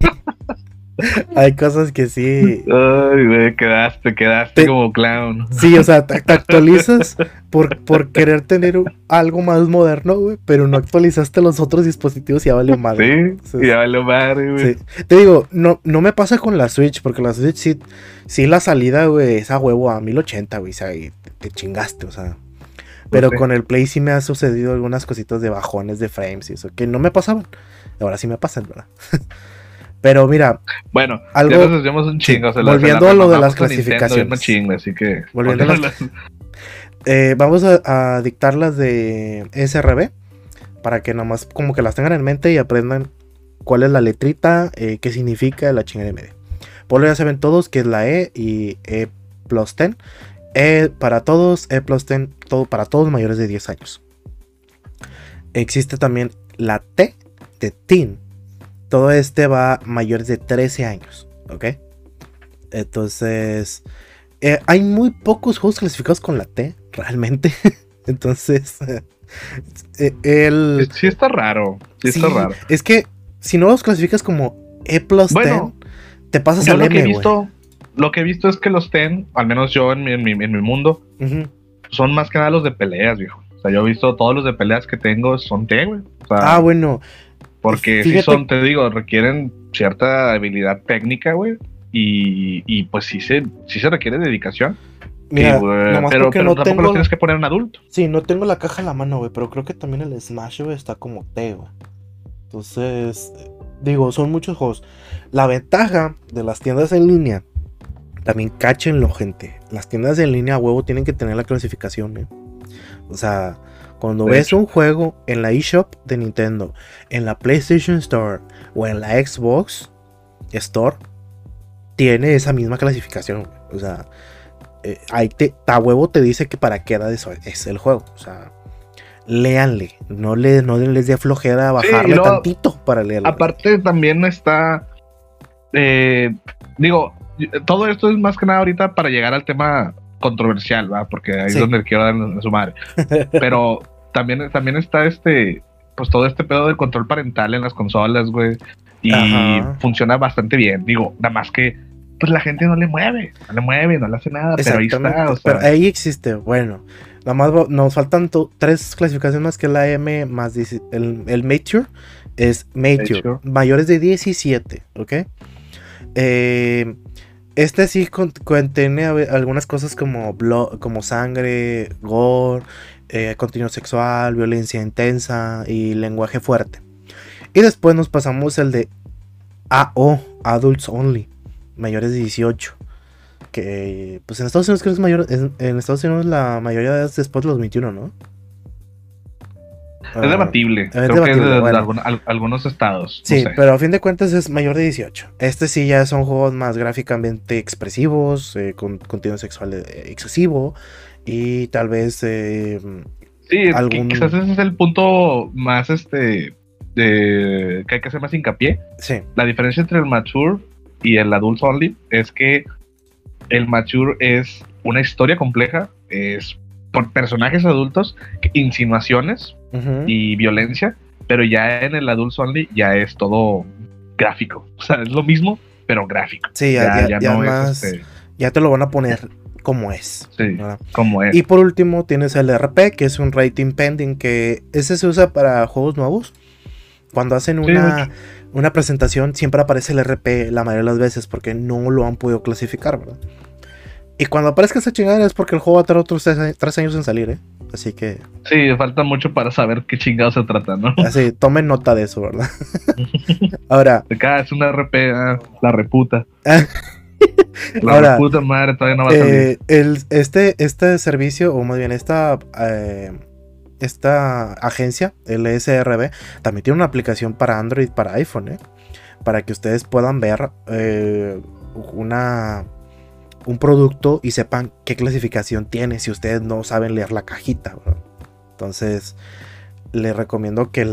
Hay cosas que sí. Ay, güey, quedaste como clown. Sí, o sea, te actualizas por querer tener algo más moderno, güey, pero no actualizaste los otros dispositivos y ya valió madre. Sí, entonces, ya valió madre, güey. Sí. Te digo, no me pasa con la Switch, porque la Switch sí la salida, güey, es a huevo a 1080, güey, o sea, y te chingaste, o sea. Pero con el Play sí me ha sucedido algunas cositas de bajones de frames y eso, que no me pasaban. Ahora sí me pasan, ¿verdad? Pero mira, bueno, algo, ya nos desviamos un chingo. Volviendo a lo de las clasificaciones. Chingo, así que vamos a dictar las de SRB para que nomás como que las tengan en mente y aprendan cuál es la letrita, qué significa la chingada y media. Por lo ya saben todos que es la E y E+10. E para todos, E+10, todo para todos mayores de 10 años. Existe también la T de teen. Todo va a mayores de 13 años, ¿ok? Entonces, hay muy pocos juegos clasificados con la T, realmente. Entonces, sí está raro. Sí está raro. Es que si no los clasificas como E+10, te pasas al M, güey. Lo que he visto es que los TEN, al menos yo en mi mundo, son más que nada los de peleas, viejo. O sea, yo he visto todos los de peleas que tengo son T, güey. O sea, bueno. Porque sí son, te digo, requieren cierta habilidad técnica, güey. Y pues sí se requiere dedicación. Mira, pero tampoco lo tienes que poner en adulto. Sí, no tengo la caja en la mano, güey. Pero creo que también el Smash, güey, está como T, güey. Entonces, digo, son muchos juegos. La ventaja de las tiendas en línea, también cáchenlo, gente. Las tiendas en línea, a huevo, tienen que tener la clasificación, ¿eh? O sea, cuando ves un juego en la eShop de Nintendo, en la PlayStation Store o en la Xbox Store, tiene esa misma clasificación. O sea, ahí a huevo te dice que para qué edad es el juego. O sea, léanle, no les dé flojera bajarle tantito para leerlo. Aparte también está, digo, todo esto es más que nada ahorita para llegar al tema controversial, ¿va? Porque ahí es donde quiero dar a su madre. Pero también está pues todo este pedo del control parental en las consolas, güey. Y funciona bastante bien. Digo, nada más que pues la gente no le mueve, no le hace nada, pero ahí está. O sea, pero ahí existe, bueno. Nada más nos faltan 3 clasificaciones más, que la M más el Mature, es mature, mayores de 17, ¿ok? Este sí contiene algunas cosas como sangre, gore, contenido sexual, violencia intensa y lenguaje fuerte. Y después nos pasamos el de AO, Adults Only, mayores de 18. Que pues en Estados Unidos creo que es mayor. En Estados Unidos la mayoría es después de los 21, ¿no? Es debatible. Creo que es de algunos estados. Sí, no sé. Pero a fin de cuentas es mayor de 18. Este sí ya son juegos más gráficamente expresivos, con contenido sexual excesivo. Y tal vez. Sí, quizás ese es el punto más que hay que hacer más hincapié. Sí. La diferencia entre el mature y el adult only es que el mature es una historia compleja, es por personajes adultos, insinuaciones y violencia, pero ya en el adult only ya es todo gráfico. O sea, es lo mismo, pero gráfico. Sí, ya no más, es ya te lo van a poner como es. Sí, como es. Y por último tienes el RP, que es un rating pending, que ese se usa para juegos nuevos. Cuando hacen una presentación siempre aparece el RP la mayoría de las veces porque no lo han podido clasificar, ¿verdad? Y cuando aparezca esa chingada es porque el juego va a tardar otros 3 años en salir, ¿eh? Así que... Sí, falta mucho para saber qué chingado se trata, ¿no? Así, tomen nota de eso, ¿verdad? Ahora... Acá es una RP, la reputa. Ahora, reputa madre todavía no va a salir. Este servicio, o más bien esta agencia, el SRB, también tiene una aplicación para Android, para iPhone, para que ustedes puedan ver un producto y sepan qué clasificación tiene si ustedes no saben leer la cajita, ¿verdad? Entonces les recomiendo que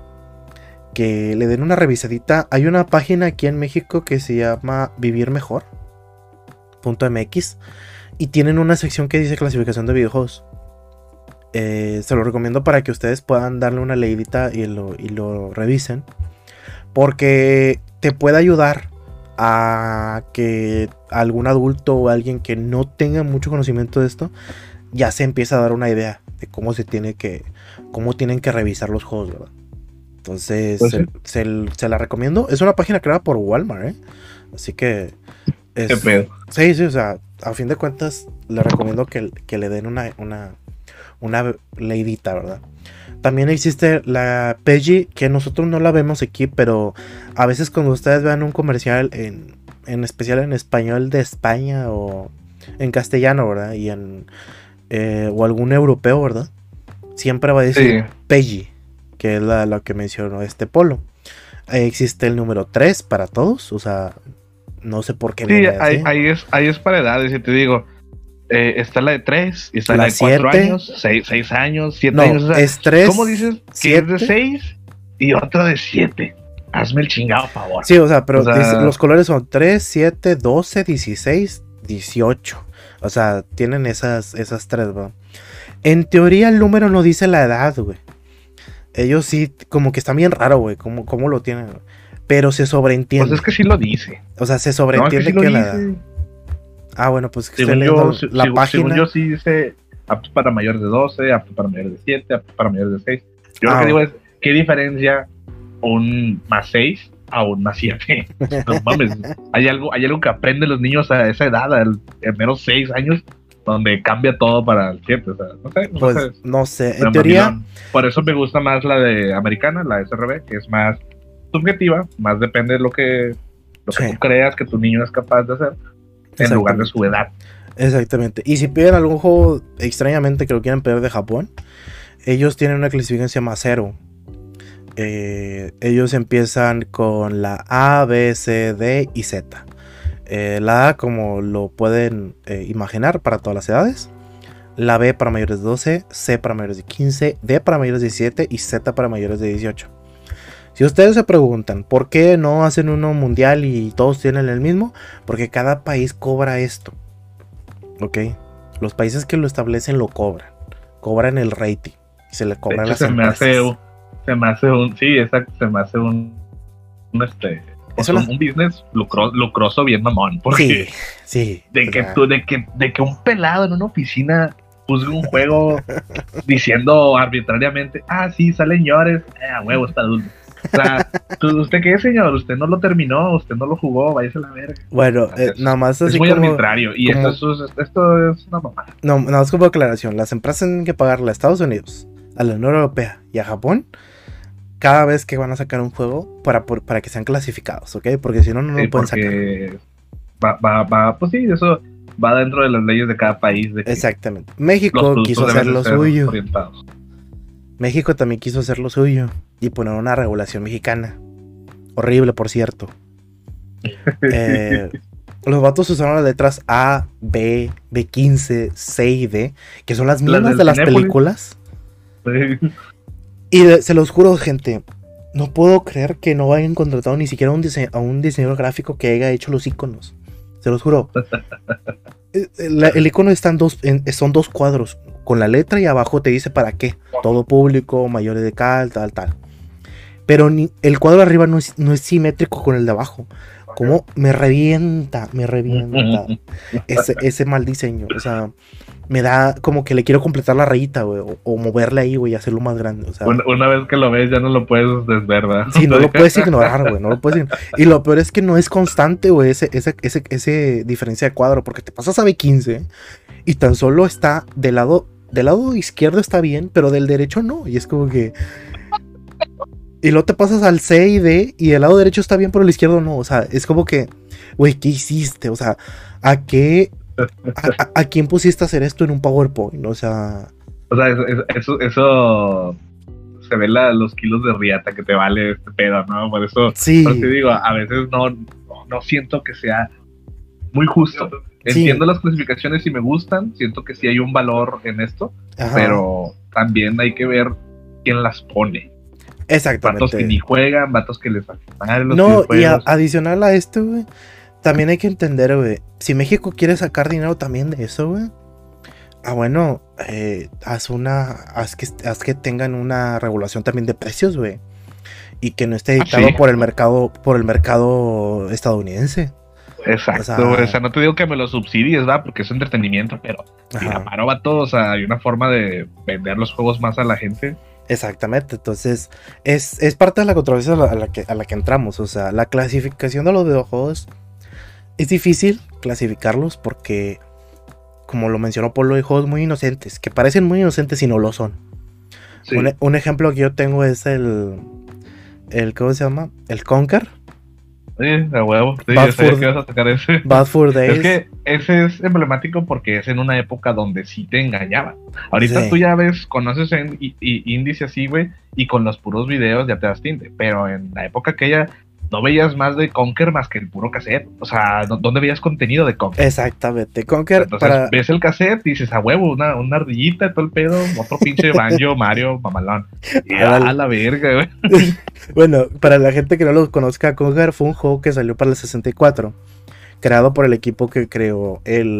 le den una revisadita. Hay una página aquí en México que se llama vivirmejor.mx y tienen una sección que dice clasificación de videojuegos. Se lo recomiendo para que ustedes puedan darle una leidita y lo revisen, porque te puede ayudar a que algún adulto o alguien que no tenga mucho conocimiento de esto ya se empieza a dar una idea de cómo tienen que revisar los juegos, ¿verdad? Entonces pues se la recomiendo. Es una página creada por Walmart, así que ¿Qué pedo? Sí, o sea, a fin de cuentas le recomiendo que le den una leidita, ¿verdad? También existe la Peggy, que nosotros no la vemos aquí, pero a veces cuando ustedes vean un comercial, en especial en español de España o en castellano, ¿verdad? Y o algún europeo, ¿verdad? Siempre va a decir Peggy, que es la que mencionó este Polo. Existe el número 3 para todos, o sea, no sé por qué. Sí, ahí es para edades, y te digo. Está la de 3, y está la de 4 años, 6 años, 7 años. O sea, es 3. ¿Cómo dices? 7, que es de 6 y otra de 7. Hazme el chingado favor. Sí, o sea, pero los colores son 3, 7, 12, 16, 18. O sea, tienen esas 3, ¿no? En teoría el número no dice la edad, güey. Ellos sí, como que está bien raro, güey, cómo lo tienen. Pero se sobreentiende. Pues es que sí lo dice. O sea, se sobreentiende que la edad. Ah, bueno, pues que según la página. Según yo sí dice apto para mayores de 12, apto para mayores de 7, apto para mayores de 6. Yo lo que digo es, ¿qué diferencia un más 6 a un más 7? No mames, hay algo que aprenden los niños a esa edad, al menos 6 años, donde cambia todo para el 7, o sea, no sé, en teoría... Por eso me gusta más la de americana, la SRB, que es más subjetiva, más depende de lo que tú creas que tu niño es capaz de hacer, en lugar de su edad. Exactamente. Y si piden algún juego extrañamente que lo quieran pedir de Japón, ellos tienen una clasificación más 0. Ellos empiezan con la A, B, C, D y Z. La A, como lo pueden imaginar, para todas las edades. La B para mayores de 12, C para mayores de 15, D para mayores de 17 y Z para mayores de 18. Si ustedes se preguntan por qué no hacen uno mundial y todos tienen el mismo, porque cada país cobra esto. ¿Ok? Los países que lo establecen lo cobran el rating y se le cobran las empresas. Se me hace un business lucroso bien mamón, porque sí, de que un pelado en una oficina juzgue un juego diciendo arbitrariamente, sí, salen señores, a huevo, está adulto. O sea, ¿usted qué, señor? Usted no lo terminó, usted no lo jugó, váyase a la verga. Bueno, nada más así es muy como... arbitrario, y como, esto es una mamada. No, nada más como aclaración. Las empresas tienen que pagarle a Estados Unidos, a la Unión Europea y a Japón cada vez que van a sacar un juego para que sean clasificados, ¿ok? Porque si no, no lo pueden sacar. Pues sí, eso va dentro de las leyes de cada país. Exactamente. México quiso hacer lo suyo. Orientados. México también quiso hacer lo suyo y poner una regulación mexicana. Horrible, por cierto. Los vatos usaron las letras A, B, B15, C y D, que son las mismas de las películas. Sí. Y se los juro, gente, no puedo creer que no hayan contratado ni siquiera a un diseñador gráfico que haya hecho los iconos. Se los juro. El icono son dos cuadros con la letra y abajo te dice para qué. Todo público, mayores de tal. Pero el cuadro de arriba no es simétrico con el de abajo. Como me revienta ese mal diseño. O sea, me da como que le quiero completar la rayita, güey, o moverle ahí, güey, y hacerlo más grande. O sea, una vez que lo ves ya no lo puedes desver, ¿verdad? Sí, no lo puedes ignorar, güey, no lo puedes ignorar. Y lo peor es que no es constante, güey, ese diferencia de cuadro, porque te pasas a B15 y tan solo está del lado izquierdo está bien, pero del derecho no. Y es como que... Y luego te pasas al C y D y el lado derecho está bien, pero el izquierdo no. O sea, es como que, güey, ¿qué hiciste? O sea, ¿a quién pusiste a hacer esto en un PowerPoint? O sea, eso se ve los kilos de riata que te vale este pedo, ¿no? Por eso, sí. Por te digo, a veces no siento que sea muy justo. Entiendo las clasificaciones y me gustan, siento que sí hay un valor en esto, pero también hay que ver quién las pone. Exactamente. Vatos que ni juegan, vatos que les faltan los no, y adicional a esto, güey, también hay que entender, güey, si México quiere sacar dinero también de eso, güey, bueno, haz que tengan una regulación también de precios, güey, y que no esté dictado por el mercado estadounidense. Exacto, o sea, no te digo que me lo subsidies, va, porque es entretenimiento, pero si la paro va todo, o sea, hay una forma de vender los juegos más a la gente. Exactamente, entonces es parte de la controversia a la que entramos. O sea, la clasificación de los videojuegos es difícil clasificarlos porque, como lo mencionó Polo, hay juegos muy inocentes, que parecen muy inocentes y no lo son. Sí. Un ejemplo que yo tengo es el ¿cómo se llama? El Conker. Sí, de huevo. Sí, que vas a sacar ese. Bad Fur Days. Es que ese es emblemático porque es en una época donde sí te engañaban. Ahorita tú ya ves, conoces índice así, güey, y con los puros videos ya te das tinte. Pero en la época aquella no veías más de Conker más que el puro cassette. O sea, ¿dónde veías contenido de Conker? Exactamente, Conker. Entonces ves el cassette y dices, a huevo, una ardillita, todo el pedo, otro pinche Banjo, Mario, mamalón. Y a la verga, güey. Bueno, para la gente que no lo conozca, Conker fue un juego que salió para el 64, creado por el equipo que creó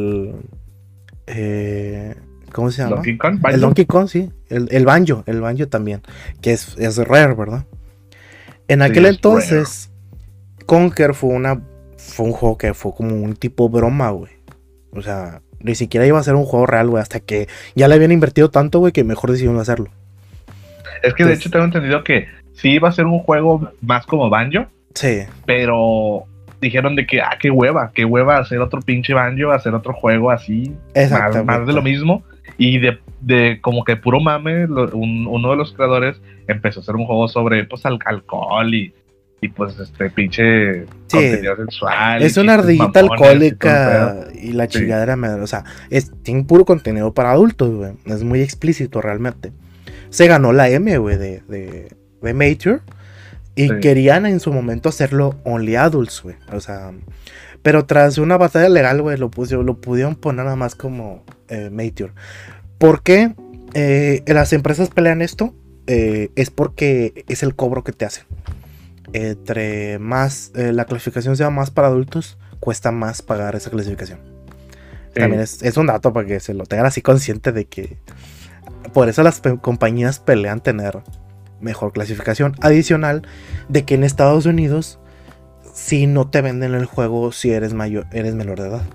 ¿cómo se llama? Donkey Kong, el Donkey Kong, sí. El Banjo también, que es Rare, ¿verdad? En aquel entonces, Conker fue un juego que fue como un tipo broma, güey. O sea, ni siquiera iba a ser un juego real, güey, hasta que ya le habían invertido tanto, güey, que mejor decidieron hacerlo. Es que de hecho tengo entendido que sí iba a ser un juego más como Banjo. Sí. Pero dijeron de que, qué hueva hacer otro pinche Banjo, hacer otro juego así, más de lo mismo. Y de como que puro mame, uno de los creadores empezó a hacer un juego sobre, pues, alcohol y pues, pinche contenido sexual. Es una ardillita alcohólica y la chingadera, o sea, tiene puro contenido para adultos, güey. Es muy explícito realmente. Se ganó la M, güey, de Major. Y querían en su momento hacerlo only adults, güey. O sea, pero tras una batalla legal, güey, lo pudieron poner nada más como Major. ¿Por qué las empresas pelean esto? Es porque es el cobro que te hacen. Entre más la clasificación sea más para adultos, cuesta más pagar esa clasificación. También es un dato para que se lo tengan así consciente de que por eso las compañías pelean tener mejor clasificación. Adicional de que en Estados Unidos si no te venden el juego si eres menor de edad.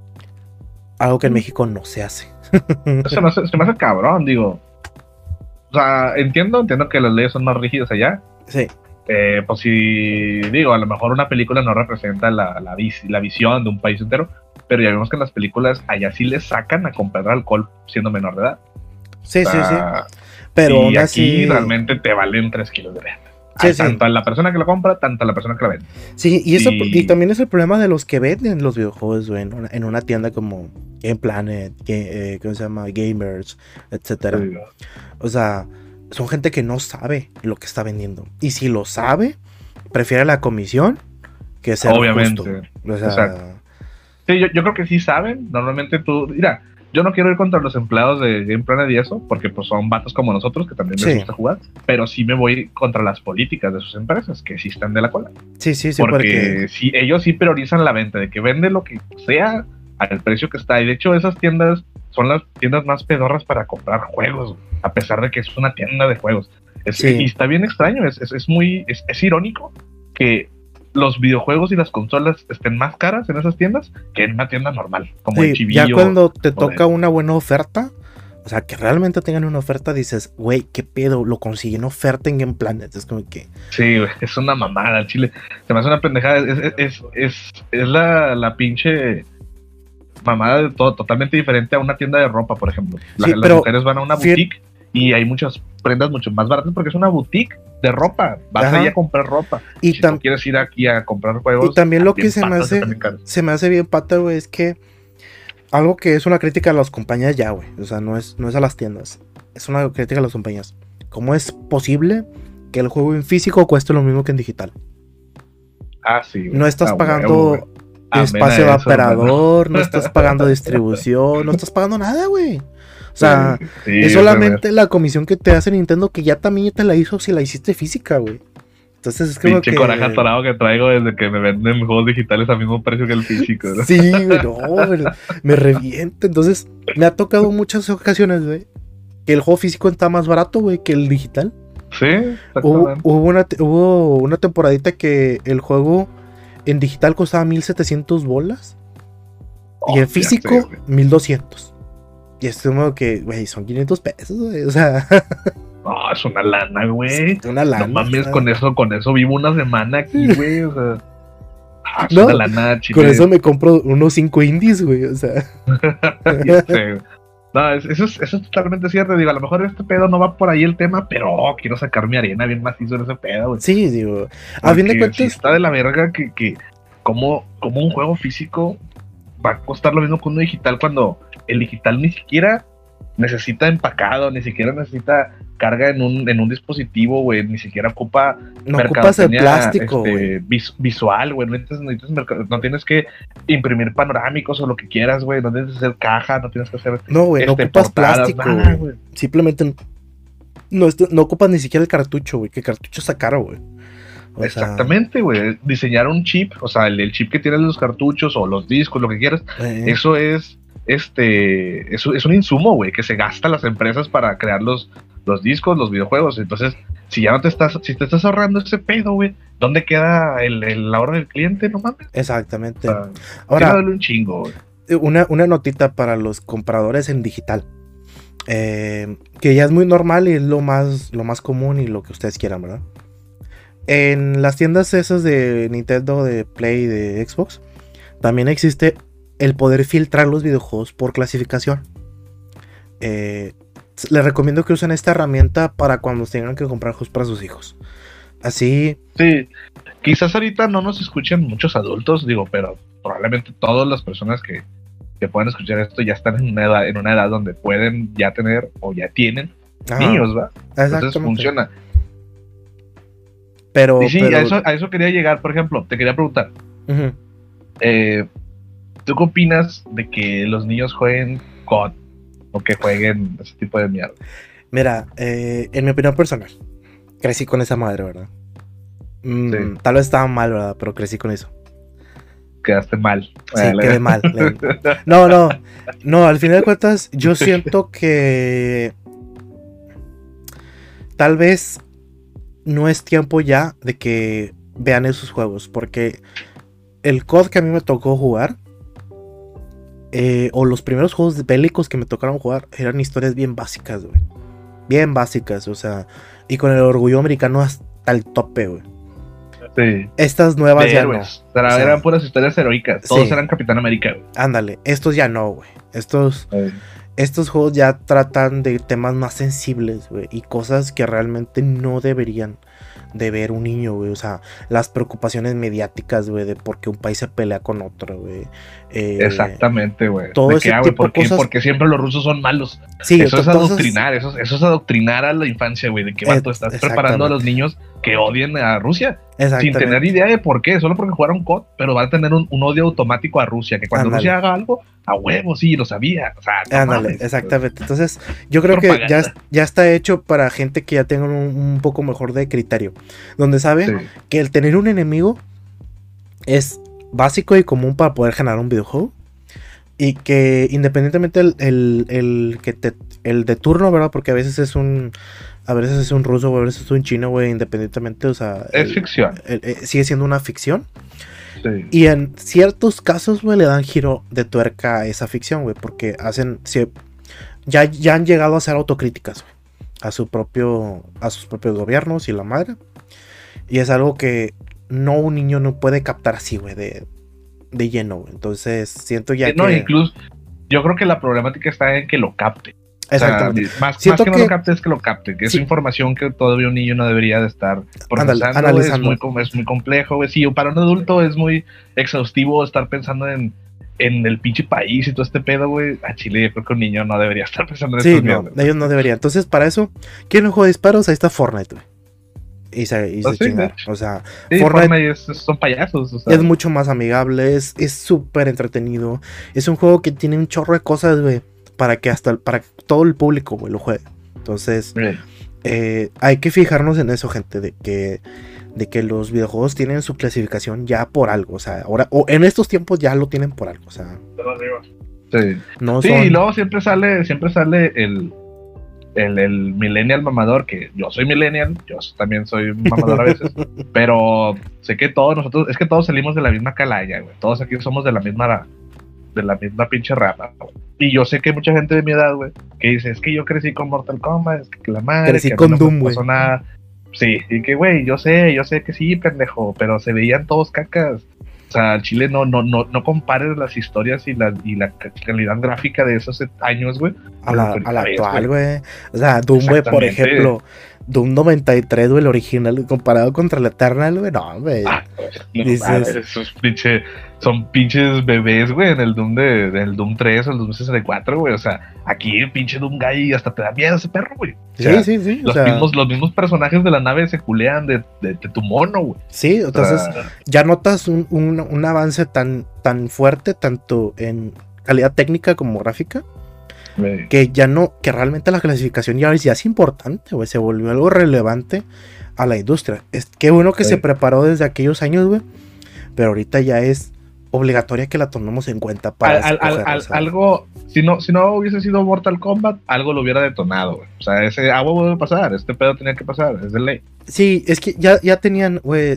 Algo que en México no se hace. Se me hace cabrón, digo. sea, entiendo que las leyes son más rígidas allá. Sí. Pues si digo, a lo mejor una película no representa la visión de un país entero, pero ya vemos que en las películas allá sí les sacan a comprar alcohol siendo menor de edad. Sí, o sea, sí. Pero y aún aquí así realmente te valen 3 kilos de venta. Sí, sí. Tanto a la persona que lo compra, tanto a la persona que la vende. Sí, y también es el problema de los que venden los videojuegos, güey, en una tienda como Game Planet, ¿cómo se llama? Gamers, etcétera. Sí. O sea, son gente que no sabe lo que está vendiendo. Y si lo sabe, prefiere la comisión que ser Obviamente. justo. O sea, exacto. Sí, yo creo que sí saben. Normalmente mira, yo no quiero ir contra los empleados de Game Planet y eso, porque pues son vatos como nosotros que también les gusta jugar, pero sí me voy contra las políticas de sus empresas, que sí están de la cola. Sí, porque sí, ellos sí priorizan la venta, de que vende lo que sea al precio que está. Y de hecho esas tiendas son las tiendas más pedorras para comprar juegos, a pesar de que es una tienda de juegos. Y está bien extraño, es irónico que los videojuegos y las consolas estén más caras en esas tiendas que en una tienda normal, como el Chivillo. Ya cuando te toca una buena oferta, o sea, que realmente tengan una oferta, dices, güey, qué pedo, lo conseguí en oferta en Game Planet. Es como que... Sí, güey, es una mamada, Chile. Se me hace una pendejada. Es la pinche mamada de todo, totalmente diferente a una tienda de ropa, por ejemplo. Las mujeres van a una boutique y hay muchas prendas mucho más baratas porque es una boutique de ropa. Vas ahí a comprar ropa. Y si tú quieres ir aquí a comprar juegos. Y también lo que se me hace bien pata, güey, es que algo que es una crítica a las compañías ya, güey. O sea, no es a las tiendas. Es una crítica a las compañías. ¿Cómo es posible que el juego en físico cueste lo mismo que en digital? Ah, sí. No estás pagando espacio de operador, no estás pagando distribución, no estás pagando nada, güey. O sea, es solamente la comisión que te hace Nintendo, que ya también te la hizo si la hiciste física, güey. Entonces es como pinche coraje atorado que traigo desde que me venden juegos digitales al mismo precio que el físico, ¿no? Sí, güey, no, me revienta. Entonces, me ha tocado muchas ocasiones, güey, que el juego físico está más barato, güey, que el digital. Sí, hubo una temporadita que el juego en digital costaba 1,700 bolas y en físico 1,200. Y es como que, güey, son 500 pesos, güey, o sea... No, es una lana, güey. Es una lana. No mames, con eso vivo una semana aquí, güey, o sea... es no, una lana, chile. Con eso me compro unos 5 indies, güey, o sea... No, eso es totalmente cierto. Digo, a lo mejor este pedo no va por ahí el tema, pero quiero sacar mi arena bien macizo en ese pedo, güey. Sí, digo, a fin de cuentas... Si está de la verga que como un juego físico va a costar lo mismo que uno digital, cuando el digital ni siquiera necesita empacado, ni siquiera necesita carga en un dispositivo, güey, ni siquiera ocupa no ocupas el plástico, visual, güey, no tienes que imprimir panorámicos o lo que quieras, güey, no tienes que hacer caja, no tienes que hacer no, güey, no ocupas plástico, güey. Simplemente no ocupas ni siquiera el cartucho, güey, que el cartucho está caro, güey. Exactamente, güey, diseñar un chip, o sea, el chip que tienen los cartuchos o los discos, lo que quieras, eso es un insumo, güey, que se gasta las empresas para crear los discos, los videojuegos. Entonces, si te estás ahorrando ese pedo, güey, ¿dónde queda el ahorro del cliente? No mames. Exactamente. O sea, ahora, un chingo, güey. Una notita para los compradores en digital, que ya es muy normal y es lo más común y lo que ustedes quieran, ¿verdad? En las tiendas esas de Nintendo, de Play, de Xbox, también existe el poder filtrar los videojuegos por clasificación. Les recomiendo que usen esta herramienta para cuando tengan que comprar juegos para sus hijos. Así... Sí, quizás ahorita no nos escuchen muchos adultos, digo, pero probablemente todas las personas que puedan escuchar esto ya están en una edad donde pueden ya tener o ya tienen niños, ¿va? Entonces funciona. Pero a eso quería llegar, por ejemplo, te quería preguntar. ¿Tú qué opinas de que los niños jueguen COD o que jueguen ese tipo de mierda? Mira, en mi opinión personal, crecí con esa madre, ¿verdad? Sí. Tal vez estaba mal, ¿verdad? Pero crecí con eso. Quedaste mal. Sí, quedé mal. No, al final de cuentas, yo siento que tal vez no es tiempo ya de que vean esos juegos, porque el COD que a mí me tocó jugar, o los primeros juegos bélicos que me tocaron jugar, eran historias bien básicas, güey. bien básicas, o sea, y con el orgullo americano hasta el tope, güey. Sí. Estas nuevas De ya héroes. no. O sea, eran puras historias heroicas. Todos sí. eran Capitán América, güey. Ándale, estos ya no, güey. Estos juegos ya tratan de temas más sensibles, güey, y cosas que realmente no deberían de ver un niño, güey. O sea, las preocupaciones mediáticas, güey, de por qué un país se pelea con otro, güey. Exactamente, güey. Todo de ese que, tipo de cosas. porque siempre los rusos son malos. Sí, eso es entonces, adoctrinar, eso es adoctrinar a la infancia, güey. De que vato, estás preparando a los niños que odien a Rusia. Sin tener idea de por qué, solo porque jugaron COD, pero van a tener un odio automático a Rusia, que cuando Rusia haga algo, a huevo, sí, lo sabía. O sea, no mames, exactamente. Entonces, yo creo que ya está hecho para gente que ya tenga un poco mejor de criterio. Donde saben que el tener un enemigo es básico y común para poder generar un videojuego. Y que independientemente el de turno, ¿verdad? Porque a veces es un ruso, o a veces es un chino, güey, independientemente, o sea... Es ficción. Sigue siendo una ficción. Sí. Y en ciertos casos, güey, le dan giro de tuerca a esa ficción, güey, porque ya han llegado a hacer autocríticas, güey, a sus propios gobiernos y la madre. Y es algo que un niño no puede captar así, güey, de lleno, güey. Entonces siento ya no, incluso yo creo que la problemática está en que lo capte. Exactamente. O sea, más que no lo capte, es que lo capte, que es información que todavía un niño no debería de estar procesando. Analizando. Es muy complejo, güey. Sí, para un adulto es muy exhaustivo estar pensando en el pinche país y todo este pedo, güey. A Chile yo creo que un niño no debería estar pensando en esto. Sí, ellos no deberían. Entonces, para eso, ¿quieren un juego de disparos? Ahí está Fortnite, güey. Y se chinga. O sea, Fortnite son payasos. O sea. Es mucho más amigable, es súper entretenido. Es un juego que tiene un chorro de cosas, güey, para que todo el público, güey, lo juegue. Entonces, hay que fijarnos en eso, gente, de que los videojuegos tienen su clasificación ya por algo. O sea, ahora, o en estos tiempos ya lo tienen por algo. O sea, sí. Y luego siempre sale el millennial mamador, que yo soy millennial, yo también soy mamador a veces, pero sé que todos salimos de la misma calaña, güey. Todos aquí somos de la misma pinche rama, güey. Y yo sé que hay mucha gente de mi edad, güey, que dice, es que yo crecí con Mortal Kombat, es que la madre, crecí que con no Doom, me pasó nada. Sí, y que, güey, yo sé que sí, pendejo, pero se veían todos cacas. O sea, Chile no compares las historias y la calidad gráfica de esos años, güey, a la actual, güey. O sea, Doom, güey, por ejemplo, Doom 93, güey, el original, comparado contra el Eternal, güey, no, güey. Son pinches bebés, güey, en el Doom del Doom 3 o el Doom 64, güey. O sea, aquí el pinche Doom Guy hasta te da miedo ese perro, güey. O sea, sí. Los mismos personajes de la nave se culean de tu mono, güey. Sí, entonces ya notas un avance tan fuerte, tanto en calidad técnica como gráfica, que que realmente la clasificación ya es importante, güey. Se volvió algo relevante a la industria. Qué bueno que se preparó desde aquellos años, güey. Pero ahorita ya es obligatoria que la tomemos en cuenta para algo, si no hubiese sido Mortal Kombat, algo lo hubiera detonado, güey. O sea, ese agua debe pasar, este pedo tenía que pasar, es de ley. Sí, es que ya tenían, güey,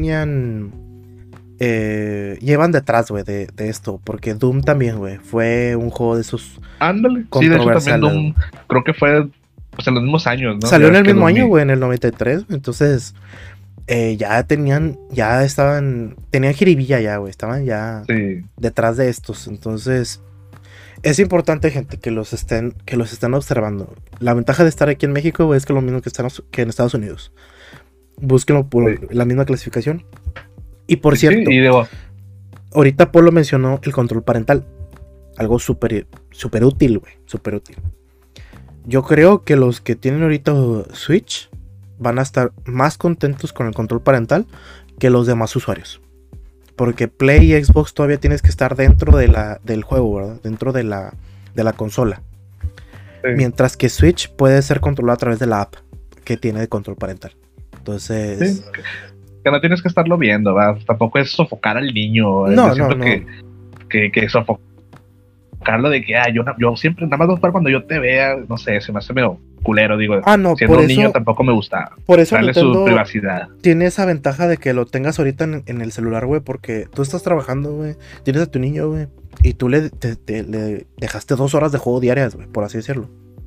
llevan detrás, güey, de esto, porque Doom también, güey, fue un juego de esos. Ándale, sí, de hecho también Doom, creo que fue pues en los mismos años, ¿no? Salió en el mismo año, güey, en el 93, entonces tenían jiribilla ya, güey, estaban ya detrás de estos, entonces es importante, gente, que los estén observando. La ventaja de estar aquí en México, güey, es que lo mismo que en Estados Unidos. Búsquenlo por la misma clasificación. Y por cierto, ahorita Polo mencionó el control parental, algo súper útil, güey, súper útil. Yo creo que los que tienen ahorita Switch van a estar más contentos con el control parental que los demás usuarios. Porque Play y Xbox todavía tienes que estar dentro del juego, ¿verdad? Dentro de la consola. Sí. Mientras que Switch puede ser controlado a través de la app que tiene de control parental. Entonces... Sí, que no tienes que estarlo viendo, ¿verdad? Tampoco es sofocar al niño. No. Que sofocarlo de que yo siempre nada más voy a jugar cuando yo te vea, no sé, se me hace medio culero, digo. No, siendo un niño tampoco me gusta. Por eso darle su privacidad. Tiene esa ventaja de que lo tengas ahorita en el celular, güey, porque tú estás trabajando, güey, tienes a tu niño, güey, y tú le dejaste 2 horas de juego diarias, güey, por así decirlo.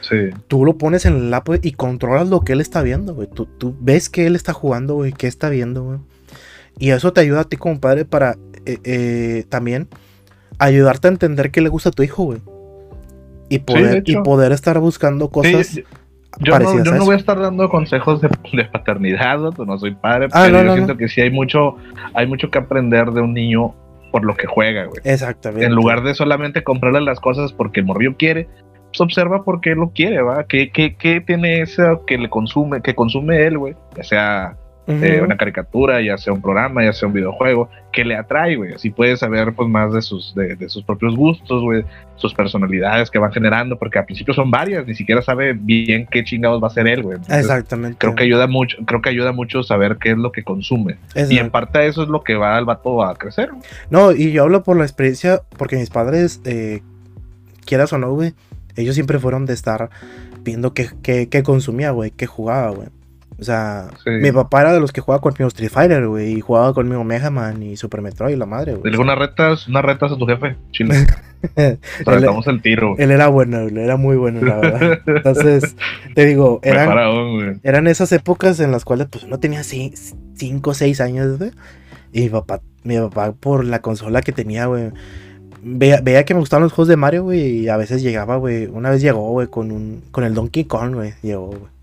Sí. Tú lo pones en el lap, güey, y controlas lo que él está viendo, güey. Tú ves que él está jugando, güey, que está viendo, güey. Y eso te ayuda a ti como padre para también ayudarte a entender qué le gusta a tu hijo, güey. Y poder estar buscando cosas Sí, parecidas yo a no eso. voy a estar dando consejos de paternidad, no soy padre, pero yo siento que sí hay mucho que aprender de un niño por lo que juega, güey. Exactamente. En lugar de solamente comprarle las cosas porque el morrillo quiere, pues observa por qué lo quiere, ¿va? ¿Qué tiene eso que consume él, güey? Ya sea una caricatura, ya sea un programa, ya sea un videojuego, que le atrae, güey. Así puedes saber pues más de sus propios gustos, güey, sus personalidades que van generando, porque al principio son varias, ni siquiera sabe bien qué chingados va a ser él, güey. Entonces, exactamente. Creo que ayuda mucho saber qué es lo que consume. Exacto. Y en parte eso es lo que va al vato a crecer, güey. No, y yo hablo por la experiencia, porque mis padres, quieras o no, güey, ellos siempre fueron de estar viendo qué consumía, güey, qué jugaba, güey. O sea, sí. Mi papá era de los que jugaba conmigo Street Fighter, güey, y jugaba conmigo Mega Man y Super Metroid, la madre, güey. Unas retas a tu jefe, chile. Aventamos el tiro, güey. Él era bueno, él era muy bueno, la verdad. Entonces, te digo, eran esas épocas en las cuales, pues, uno tenía 5 o 6 años, güey. Y mi papá, por la consola que tenía, güey, veía que me gustaban los juegos de Mario, güey, y a veces llegaba, güey, una vez llegó, güey, con el Donkey Kong, güey, llegó, güey.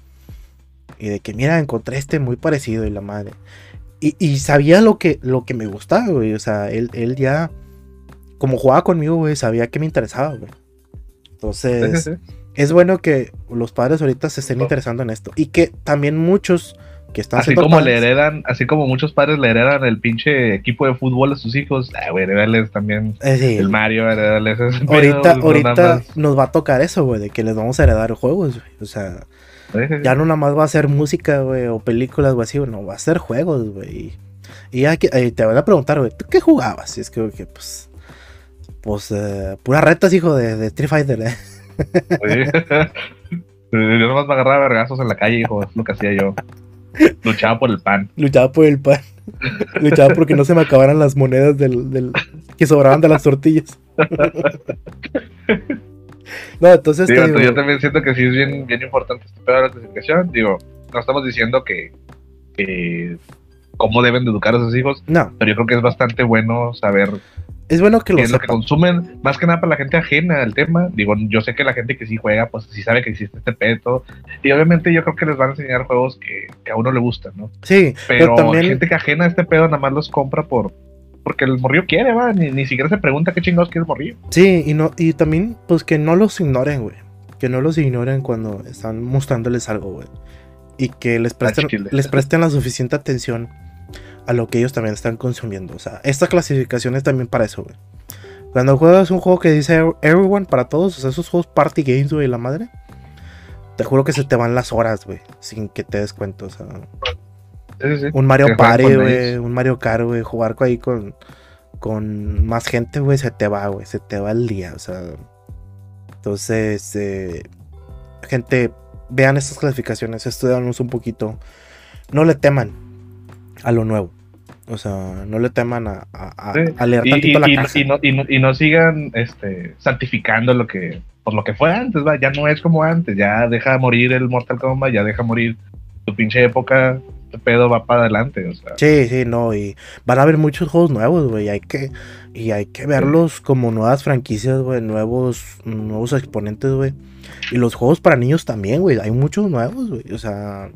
Y de que, mira, encontré muy parecido y la madre. Y sabía lo que me gustaba, güey. O sea, él ya, como jugaba conmigo, güey, sabía que me interesaba, güey. Entonces, es bueno que los padres ahorita se estén interesando en esto. Y que también muchos que están así como padres, así como muchos padres le heredan el pinche equipo de fútbol a sus hijos, güey, heredarles también sí. El Mario, heredarles ese ahorita nos va a tocar eso, güey, de que les vamos a heredar juegos, güey. O sea, ya no nada más va a ser música, güey, o películas, güey, así, no, va a ser juegos, güey. Y te voy a preguntar, güey, ¿tú qué jugabas? Y es que pues puras retas, hijo, de Street Fighter, Sí. Yo nomás me agarraba vergazos en la calle, hijo, es lo que hacía yo. Luchaba por el pan. Luchaba porque no se me acabaran las monedas que sobraban de las tortillas. No, entonces digo, yo también siento que sí es bien importante este pedo de la clasificación. Digo, no estamos diciendo que cómo deben de educar a sus hijos. No. Pero yo creo que es bastante bueno saber. Es bueno que qué es lo que consumen, más que nada para la gente ajena al tema. Digo, yo sé que la gente que sí juega, pues sí sabe que existe este pedo. Y obviamente yo creo que les van a enseñar juegos que a uno le gustan, ¿no? Sí. Pero también gente que ajena a este pedo nada más los compra porque el morrillo quiere, va, ni siquiera se pregunta qué chingados quiere el morrillo. Sí, y también, pues que no los ignoren, güey. Que no los ignoren cuando están mostrándoles algo, güey. Y que les presten la suficiente atención a lo que ellos también están consumiendo. O sea, esta clasificación es también para eso, güey. Cuando juegas un juego que dice Everyone para todos, o sea, esos juegos party games, güey, la madre, te juro que se te van las horas, güey, sin que te des cuenta, o sea. Sí. Un Mario Party, güey, un Mario Kart, güey, jugar ahí con más gente, güey, se te va, güey, se te va el día, o sea. Entonces, gente, vean estas clasificaciones, estudianos un poquito, no le teman a lo nuevo, o sea, no le teman a leer tantito la caja. Y no sigan santificando por lo que fue antes, va, ya no es como antes, ya deja morir el Mortal Kombat, ya deja morir tu pinche época. Este pedo va para adelante, o sea. Sí, no, y van a haber muchos juegos nuevos, güey, hay que verlos como nuevas franquicias, güey, nuevos exponentes, güey. Y los juegos para niños también, güey, hay muchos nuevos, güey, o sea.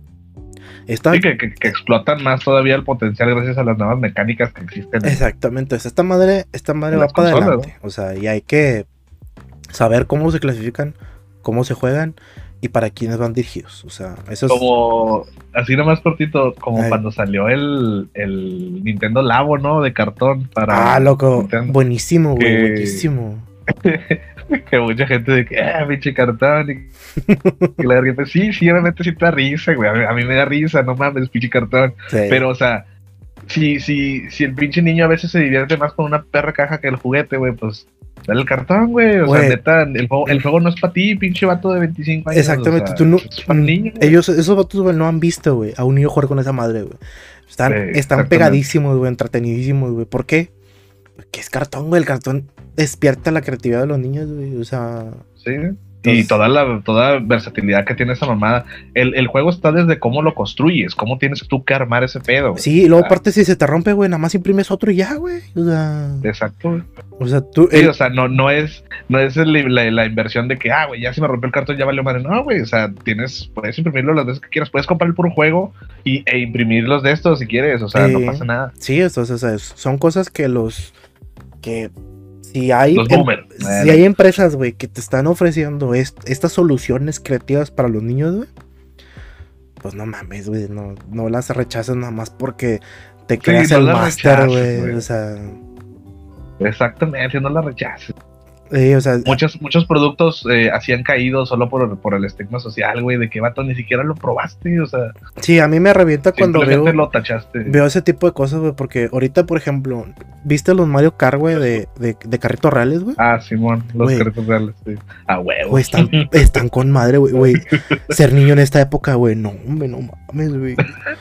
Sí, que explotan más todavía el potencial gracias a las nuevas mecánicas que existen. Exactamente, esta madre va para adelante, ¿no? O sea, y hay que saber cómo se clasifican, cómo se juegan y para quiénes van dirigidos, o sea, eso es como así nomás cortito, como cuando salió el Nintendo Labo, ¿no? De cartón para loco, Nintendo. Buenísimo, güey, buenísimo. Que mucha gente de que, pinche cartón y la verdad, pues, sí, obviamente sí te da risa, güey, a mí me da risa, no mames, pinche cartón, sí. Pero, o sea, si el pinche niño a veces se divierte más con una perra caja que el juguete, güey, pues dale el cartón, güey. O sea, neta, el juego no es para ti, pinche vato de 25 años. Exactamente, o sea, tú no. Es para niños. Esos vatos, güey, no han visto, güey, a un niño jugar con esa madre, güey. Están pegadísimos, güey, entretenidísimos, güey. ¿Por qué? Porque es cartón, güey. El cartón despierta la creatividad de los niños, güey. O sea. Sí. Y toda versatilidad que tiene esa mamada. El juego está desde cómo lo construyes, cómo tienes tú que armar ese pedo. Sí, y luego aparte si se te rompe, güey, nada más imprimes otro y ya, güey. O sea, exacto, güey. O sea, tú... Sí, o sea, no es la inversión de que, güey, ya se me rompió el cartón, ya valió madre. No, güey, o sea, puedes imprimirlo las veces que quieras. Puedes comprar el puro juego e imprimirlos de estos si quieres. O sea, no pasa nada. Sí, o sea, son cosas que si hay empresas, güey, que te están ofreciendo estas soluciones creativas para los niños, güey, pues no mames, güey, no las rechazas nada más porque te creas el máster, güey, o sea... Exactamente, no las rechaces. O sea, muchos productos así han caído solo por el estigma social, güey, de que vato ni siquiera lo probaste, o sea. Sí, a mí me revienta cuando lo tachaste. Veo ese tipo de cosas, güey, porque ahorita, por ejemplo, ¿viste los Mario Kart, güey, de carritos reales, güey? Simón, los carritos reales, sí. Huevo. Güey, están con madre, güey. Ser niño en esta época, güey, no, hombre, no mames, güey.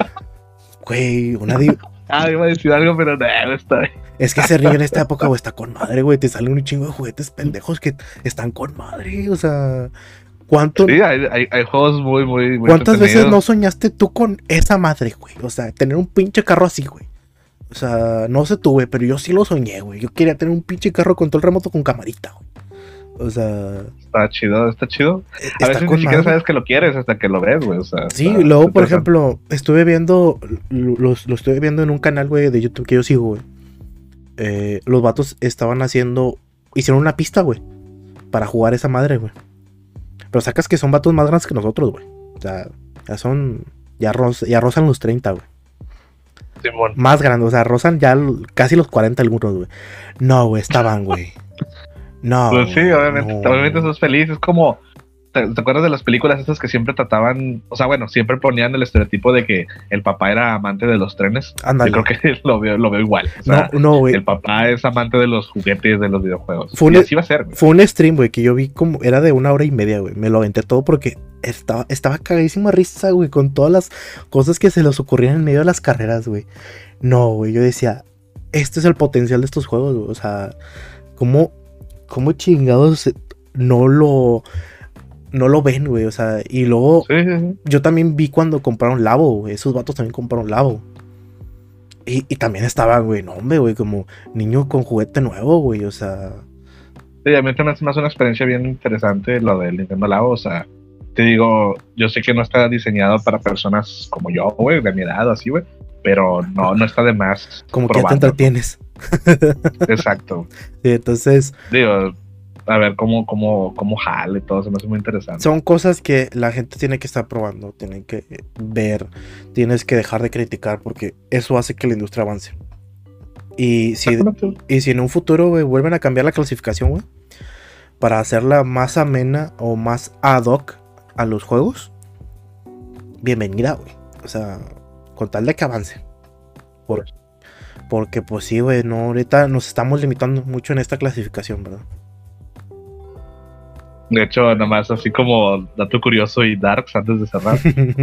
Güey, iba a decir algo, pero no está bien. Es que ser niño en esta época, güey, está con madre, güey. Te salen un chingo de juguetes pendejos que están con madre, o sea... Sí, hay juegos muy, muy, muy ¿Cuántas veces no soñaste tú con esa madre, güey? O sea, tener un pinche carro así, güey. O sea, no sé tú, güey, pero yo sí lo soñé, güey. Yo quería tener un pinche carro con todo el remoto con camarita, güey. O sea... Está chido. A veces ni siquiera sabes que lo quieres hasta que lo ves, güey. O sea, sí, luego, por ejemplo, estuve viendo... Lo estuve viendo en un canal, güey, de YouTube que yo sigo, güey. Los vatos hicieron una pista, güey, para jugar esa madre, güey. Pero sacas que son vatos más grandes que nosotros, güey. O sea, ya rozan los 30, güey. Simón. Más grandes, o sea, rozan ya casi los 40 algunos, güey. No, güey, estaban, güey. No. Pues sí, obviamente sos feliz. Es como... ¿Te acuerdas de las películas estas que siempre trataban? O sea, bueno, siempre ponían el estereotipo de que el papá era amante de los trenes. Ándale. Yo creo que lo veo igual. O sea, no, güey. El papá es amante de los juguetes de los videojuegos. Y así va a ser, güey. Fue un stream, güey, que yo vi como... Era de 1 hora y media, güey. Me lo aventé todo porque estaba cagadísima risa, güey, con todas las cosas que se les ocurrían en medio de las carreras, güey. No, güey, yo decía... Este es el potencial de estos juegos, güey. O sea... ¿Cómo chingados no lo ven, güey? O sea, y luego sí. Yo también vi cuando compraron Labo, güey. Esos vatos también compraron Labo. Y también estaba, güey, no, hombre, güey, como niño con juguete nuevo, güey, o sea... Sí, a mí también es una experiencia bien interesante lo del Nintendo Labo, o sea... Te digo, yo sé que no está diseñado para personas como yo, güey, de mi edad, así, güey. Pero no está de más. Como que ya te entretienes. Exacto. Sí, entonces... Digo... A ver cómo jale todo, se me hace muy interesante. Son cosas que la gente tiene que estar probando, tienen que ver, tienes que dejar de criticar porque eso hace que la industria avance. Y si en un futuro, güey, vuelven a cambiar la clasificación, güey, para hacerla más amena o más ad hoc a los juegos, bienvenida, güey. O sea, con tal de que avance. Porque pues sí, güey, no, ahorita nos estamos limitando mucho en esta clasificación, ¿verdad? De hecho, nada más así como dato curioso y darks antes de cerrar.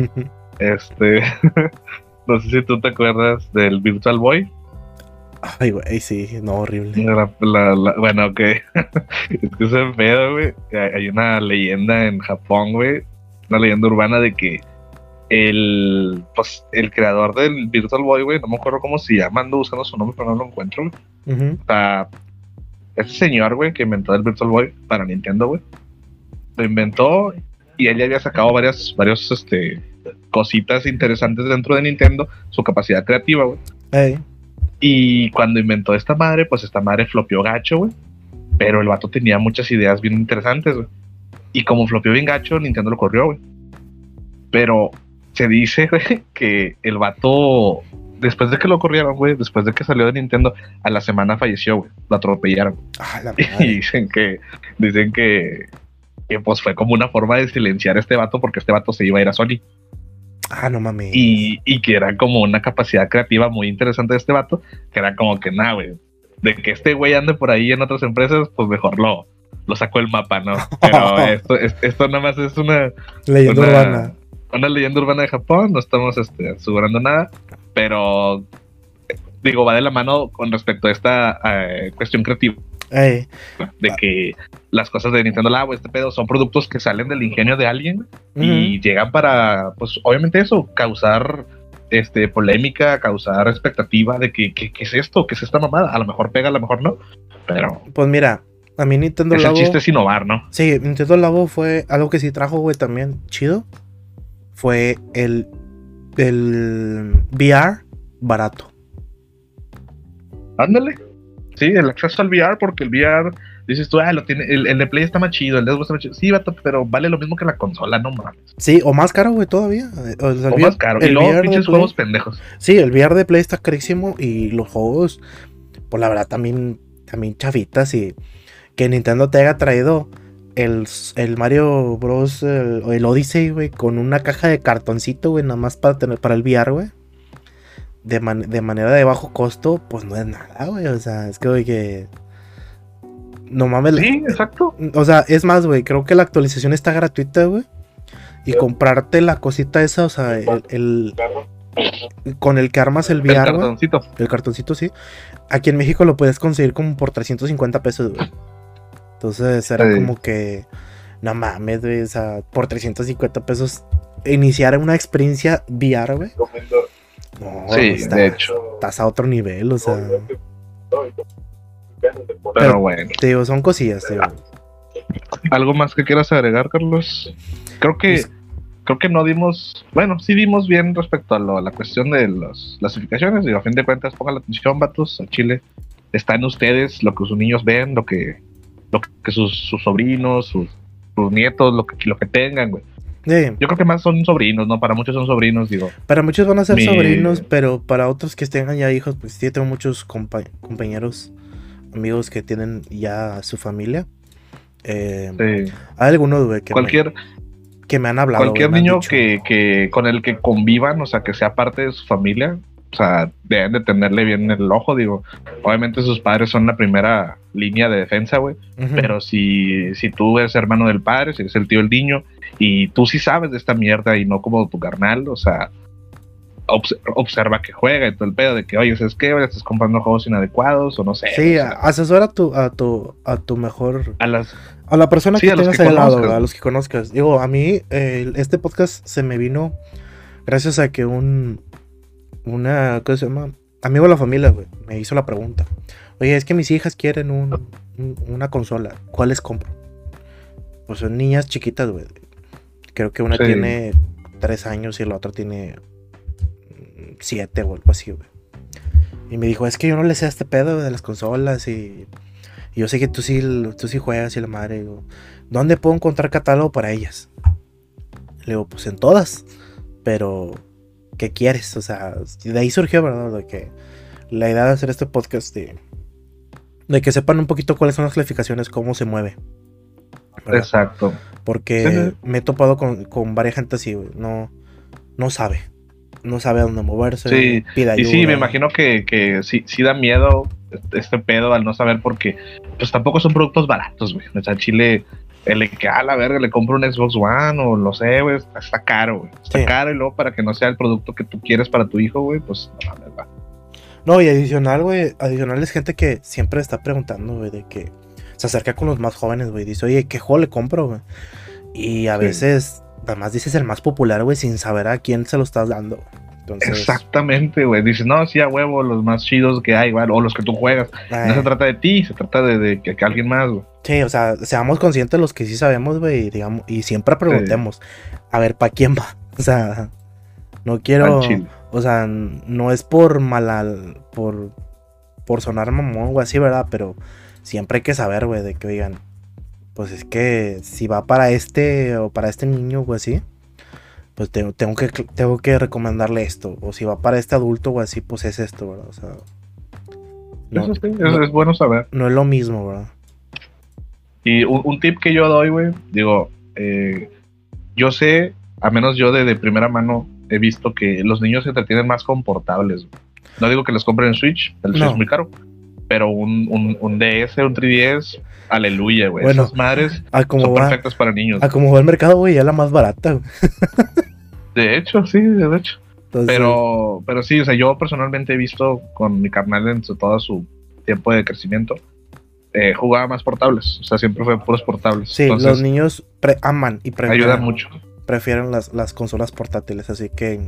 No sé si tú te acuerdas del Virtual Boy. Ay, güey, sí, no, horrible. Bueno, ok. Es que ese pedo, güey. Hay una leyenda en Japón, güey. Una leyenda urbana de que el creador del Virtual Boy, güey, no me acuerdo cómo se llama, ando buscando su nombre, pero no lo encuentro, güey. O sea, ese señor, güey, que inventó el Virtual Boy para Nintendo, güey, lo inventó y él ya había sacado varios cositas interesantes dentro de Nintendo, su capacidad creativa, güey. Y cuando inventó esta madre, pues esta madre flopeó gacho, güey. Pero el vato tenía muchas ideas bien interesantes, güey. Y como flopeó bien gacho, Nintendo lo corrió, güey. Pero se dice, güey, que el vato, después de que lo corrieron, güey, después de que salió de Nintendo, a la semana falleció, güey. Lo atropellaron. Y dicen que pues fue como una forma de silenciar a este vato porque este vato se iba a ir a Sony. No mames. Y que era como una capacidad creativa muy interesante de este vato, que era como que nada, güey, de que este güey ande por ahí en otras empresas, pues mejor lo sacó el mapa, ¿no? Pero esto nada más es una leyenda urbana. Una leyenda urbana de Japón, no estamos asegurando nada, pero digo, va de la mano con respecto a esta cuestión creativa. De que las cosas de Nintendo Labo, este pedo, son productos que salen del ingenio de alguien y llegan para, pues, obviamente eso, causar polémica, causar expectativa de que ¿qué es esto? ¿Qué es esta mamada? A lo mejor pega, a lo mejor no, pero... Pues mira, a mí Nintendo Labo... El chiste es innovar, ¿no? Sí, Nintendo Labo fue algo que sí trajo, güey, también chido. Fue el VR barato. Ándale. Sí, el acceso al VR, porque el VR, dices tú, lo tiene, el de Play está más chido, el de Xbox está más chido. Sí, vato, pero vale lo mismo que la consola, no mames. Sí, o más caro, güey, todavía. O más caro. Y luego pinches juegos pendejos. Sí, el VR de Play está carísimo y los juegos, pues la verdad, también chavitas. Y que Nintendo te haya traído el Mario Bros. El Odyssey, güey, con una caja de cartoncito, güey, nada más para el VR, güey. De manera de bajo costo, pues no es nada, güey. O sea, es que, güey, que... No mames. Sí, exacto. O sea, es más, güey, creo que la actualización está gratuita, güey. Y comprarte la cosita esa, o sea, el con el que armas el VR, el cartoncito. Wey, el cartoncito, sí. Aquí en México lo puedes conseguir como por 350 pesos, güey. Entonces era como que... No mames, güey, o sea, por 350 pesos iniciar una experiencia VR, güey. No, sí, de hecho. Estás a otro nivel, o sea. Pero bueno. Te digo, son cosillas, tío. ¿Algo más que quieras agregar, Carlos? Creo que no dimos... Bueno, sí dimos bien respecto a la cuestión de las clasificaciones. Digo, a fin de cuentas, pongan la atención, vatos. A Chile está en ustedes lo que sus niños ven, lo que sus sobrinos, sus nietos, lo que tengan, güey. Sí. Yo creo que más son sobrinos, ¿no? Para muchos son sobrinos, digo. Para muchos van a ser sobrinos, pero para otros que tengan ya hijos, pues sí, tengo muchos compañeros, amigos que tienen ya su familia. Sí. Hay algunos, güey, que me han hablado. Cualquier niño que con el que convivan, o sea, que sea parte de su familia, o sea, deben de tenerle bien el ojo, digo. Obviamente sus padres son la primera línea de defensa, güey. Pero si tú eres hermano del padre, si eres el tío del niño, y tú sí sabes de esta mierda y no como tu carnal, o sea, observa que juega y todo el pedo de que, oye, ¿sabes qué? Estás comprando juegos inadecuados o no sé. Sí, o sea, asesora a tu mejor... A la persona sí, que tengas al lado, a los que conozcas. Digo, a mí este podcast se me vino gracias a que ¿qué se llama? Amigo de la familia, güey, me hizo la pregunta. Oye, es que mis hijas quieren una consola. ¿Cuál les compro? Pues son niñas chiquitas, güey. Creo que una tiene 3 años y la otra tiene 7 o algo así, güey. Y me dijo, es que yo no le sé a este pedo de las consolas y yo sé que tú sí juegas y la madre. Digo, ¿dónde puedo encontrar catálogo para ellas? Le digo, pues en todas. Pero, ¿qué quieres? O sea, de ahí surgió, ¿verdad? De que la idea de hacer este podcast de que sepan un poquito cuáles son las clasificaciones, cómo se mueve, ¿verdad? Exacto. Porque me he topado con varias gente así, güey. No sabe a dónde moverse. Sí, pide ayuda. Y sí, me imagino que sí da miedo este pedo al no saber, porque pues tampoco son productos baratos, güey. O sea, Chile, el que a la verga le compra un Xbox One o no sé, güey, está caro, güey. Está caro, y luego para que no sea el producto que tú quieres para tu hijo, güey, pues no, la verdad. No, y adicional es gente que siempre está preguntando, güey, de que se acerca con los más jóvenes, güey, dice, oye, ¿qué juego le compro, güey? Y a veces, además dices el más popular, güey, sin saber a quién se lo estás dando. Entonces... Exactamente, güey, dices, no, sí, a huevo, los más chidos que hay, igual, o los que tú juegas. No se trata de ti, se trata de que alguien más, güey. Sí, o sea, seamos conscientes de los que sí sabemos, güey, digamos, y siempre preguntemos, a ver, ¿para quién va? O sea, no quiero... O sea, no es por sonar mamón o así, ¿verdad? Pero siempre hay que saber, güey, de que oigan, pues es que si va para o para este niño o así, pues tengo que recomendarle esto. O si va para este adulto o así, pues es esto, ¿verdad? O sea, eso sí, es bueno saber. No es lo mismo, ¿verdad? Y un tip que yo doy, güey, digo, yo sé, a menos yo de primera mano, he visto que los niños se entretienen más con portables. No digo que les compren en Switch, el Switch es muy caro, pero un DS, un 3DS, aleluya, güey. Bueno, esas madres son perfectas para niños. A como va el mercado, güey, ya la más barata, güey. De hecho, sí, de hecho. Entonces, pero sí, o sea, yo personalmente he visto con mi carnal en todo su tiempo de crecimiento jugaba más portables. O sea, siempre fue puros portables. Sí, entonces, los niños aman y ayudan mucho. Prefieren las consolas portátiles, así que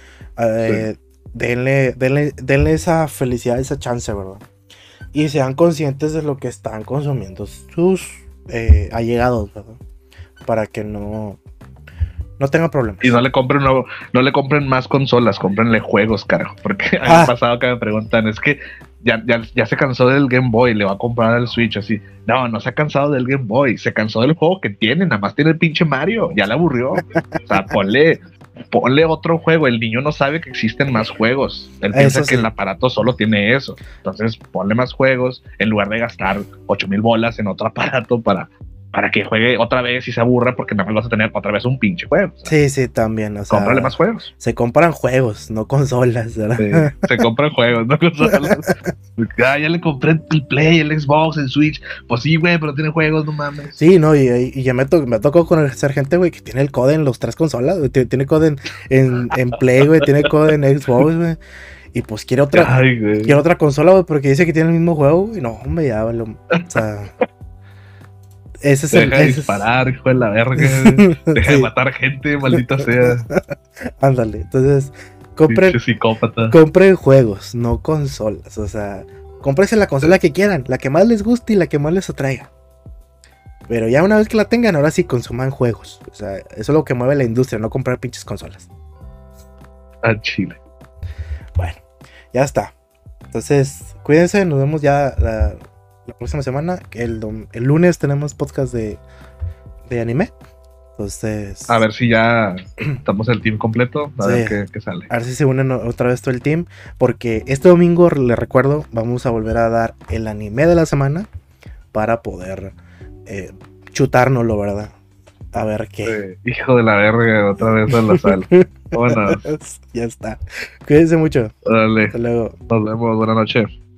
denle esa felicidad, esa chance, ¿verdad? Y sean conscientes de lo que están consumiendo sus allegados, ¿verdad? Para que no tengan problemas. Y no le compren más consolas, cómprenle juegos, carajo. Porque ha pasado que me preguntan, es que ya se cansó del Game Boy, le va a comprar el Switch así. No se ha cansado del Game Boy, se cansó del juego que tiene, nada más tiene el pinche Mario, ya le aburrió. O sea, ponle otro juego, el niño no sabe que existen más juegos, él piensa que el aparato solo tiene eso, entonces ponle más juegos en lugar de gastar 8,000 bolas en otro aparato para que juegue otra vez y se aburra porque nada más vas a tener otra vez un pinche juego. O sea, sí, también, o sea, cómprale más juegos. Se compran juegos, no consolas, ¿verdad? Sí, se compran juegos, no consolas. Ya le compré el Play, el Xbox, el Switch. Pues sí, güey, pero tiene juegos, no mames. Sí, no, y ya me tocó conocer gente, güey, que tiene el code en los 3 consolas, güey. Tiene code en Play, güey, tiene code en Xbox, güey. Y pues quiere otra consola, güey, porque dice que tiene el mismo juego, güey. No, hombre, ya, güey. O sea... Ese es deja de disparar, hijo de la verga. Deja de matar gente, maldita sea. Ándale, entonces compren juegos, no consolas. O sea, cómprense la consola que quieran, la que más les guste y la que más les atraiga. Pero ya una vez que la tengan, ahora sí consuman juegos. O sea, eso es lo que mueve la industria, no comprar pinches consolas. A Chile. Bueno, ya está. Entonces, cuídense, nos vemos ya la próxima semana. El lunes tenemos podcast de anime. Entonces, a ver si ya estamos el team completo. A ver qué sale. A ver si se unen otra vez todo el team. Porque este domingo, les recuerdo, vamos a volver a dar el anime de la semana para poder chutárnoslo, ¿verdad? A ver qué. Hijo de la verga, otra vez en la sala. Bueno. Ya está. Cuídense mucho. Dale. Hasta luego. Nos vemos. Buenas noches.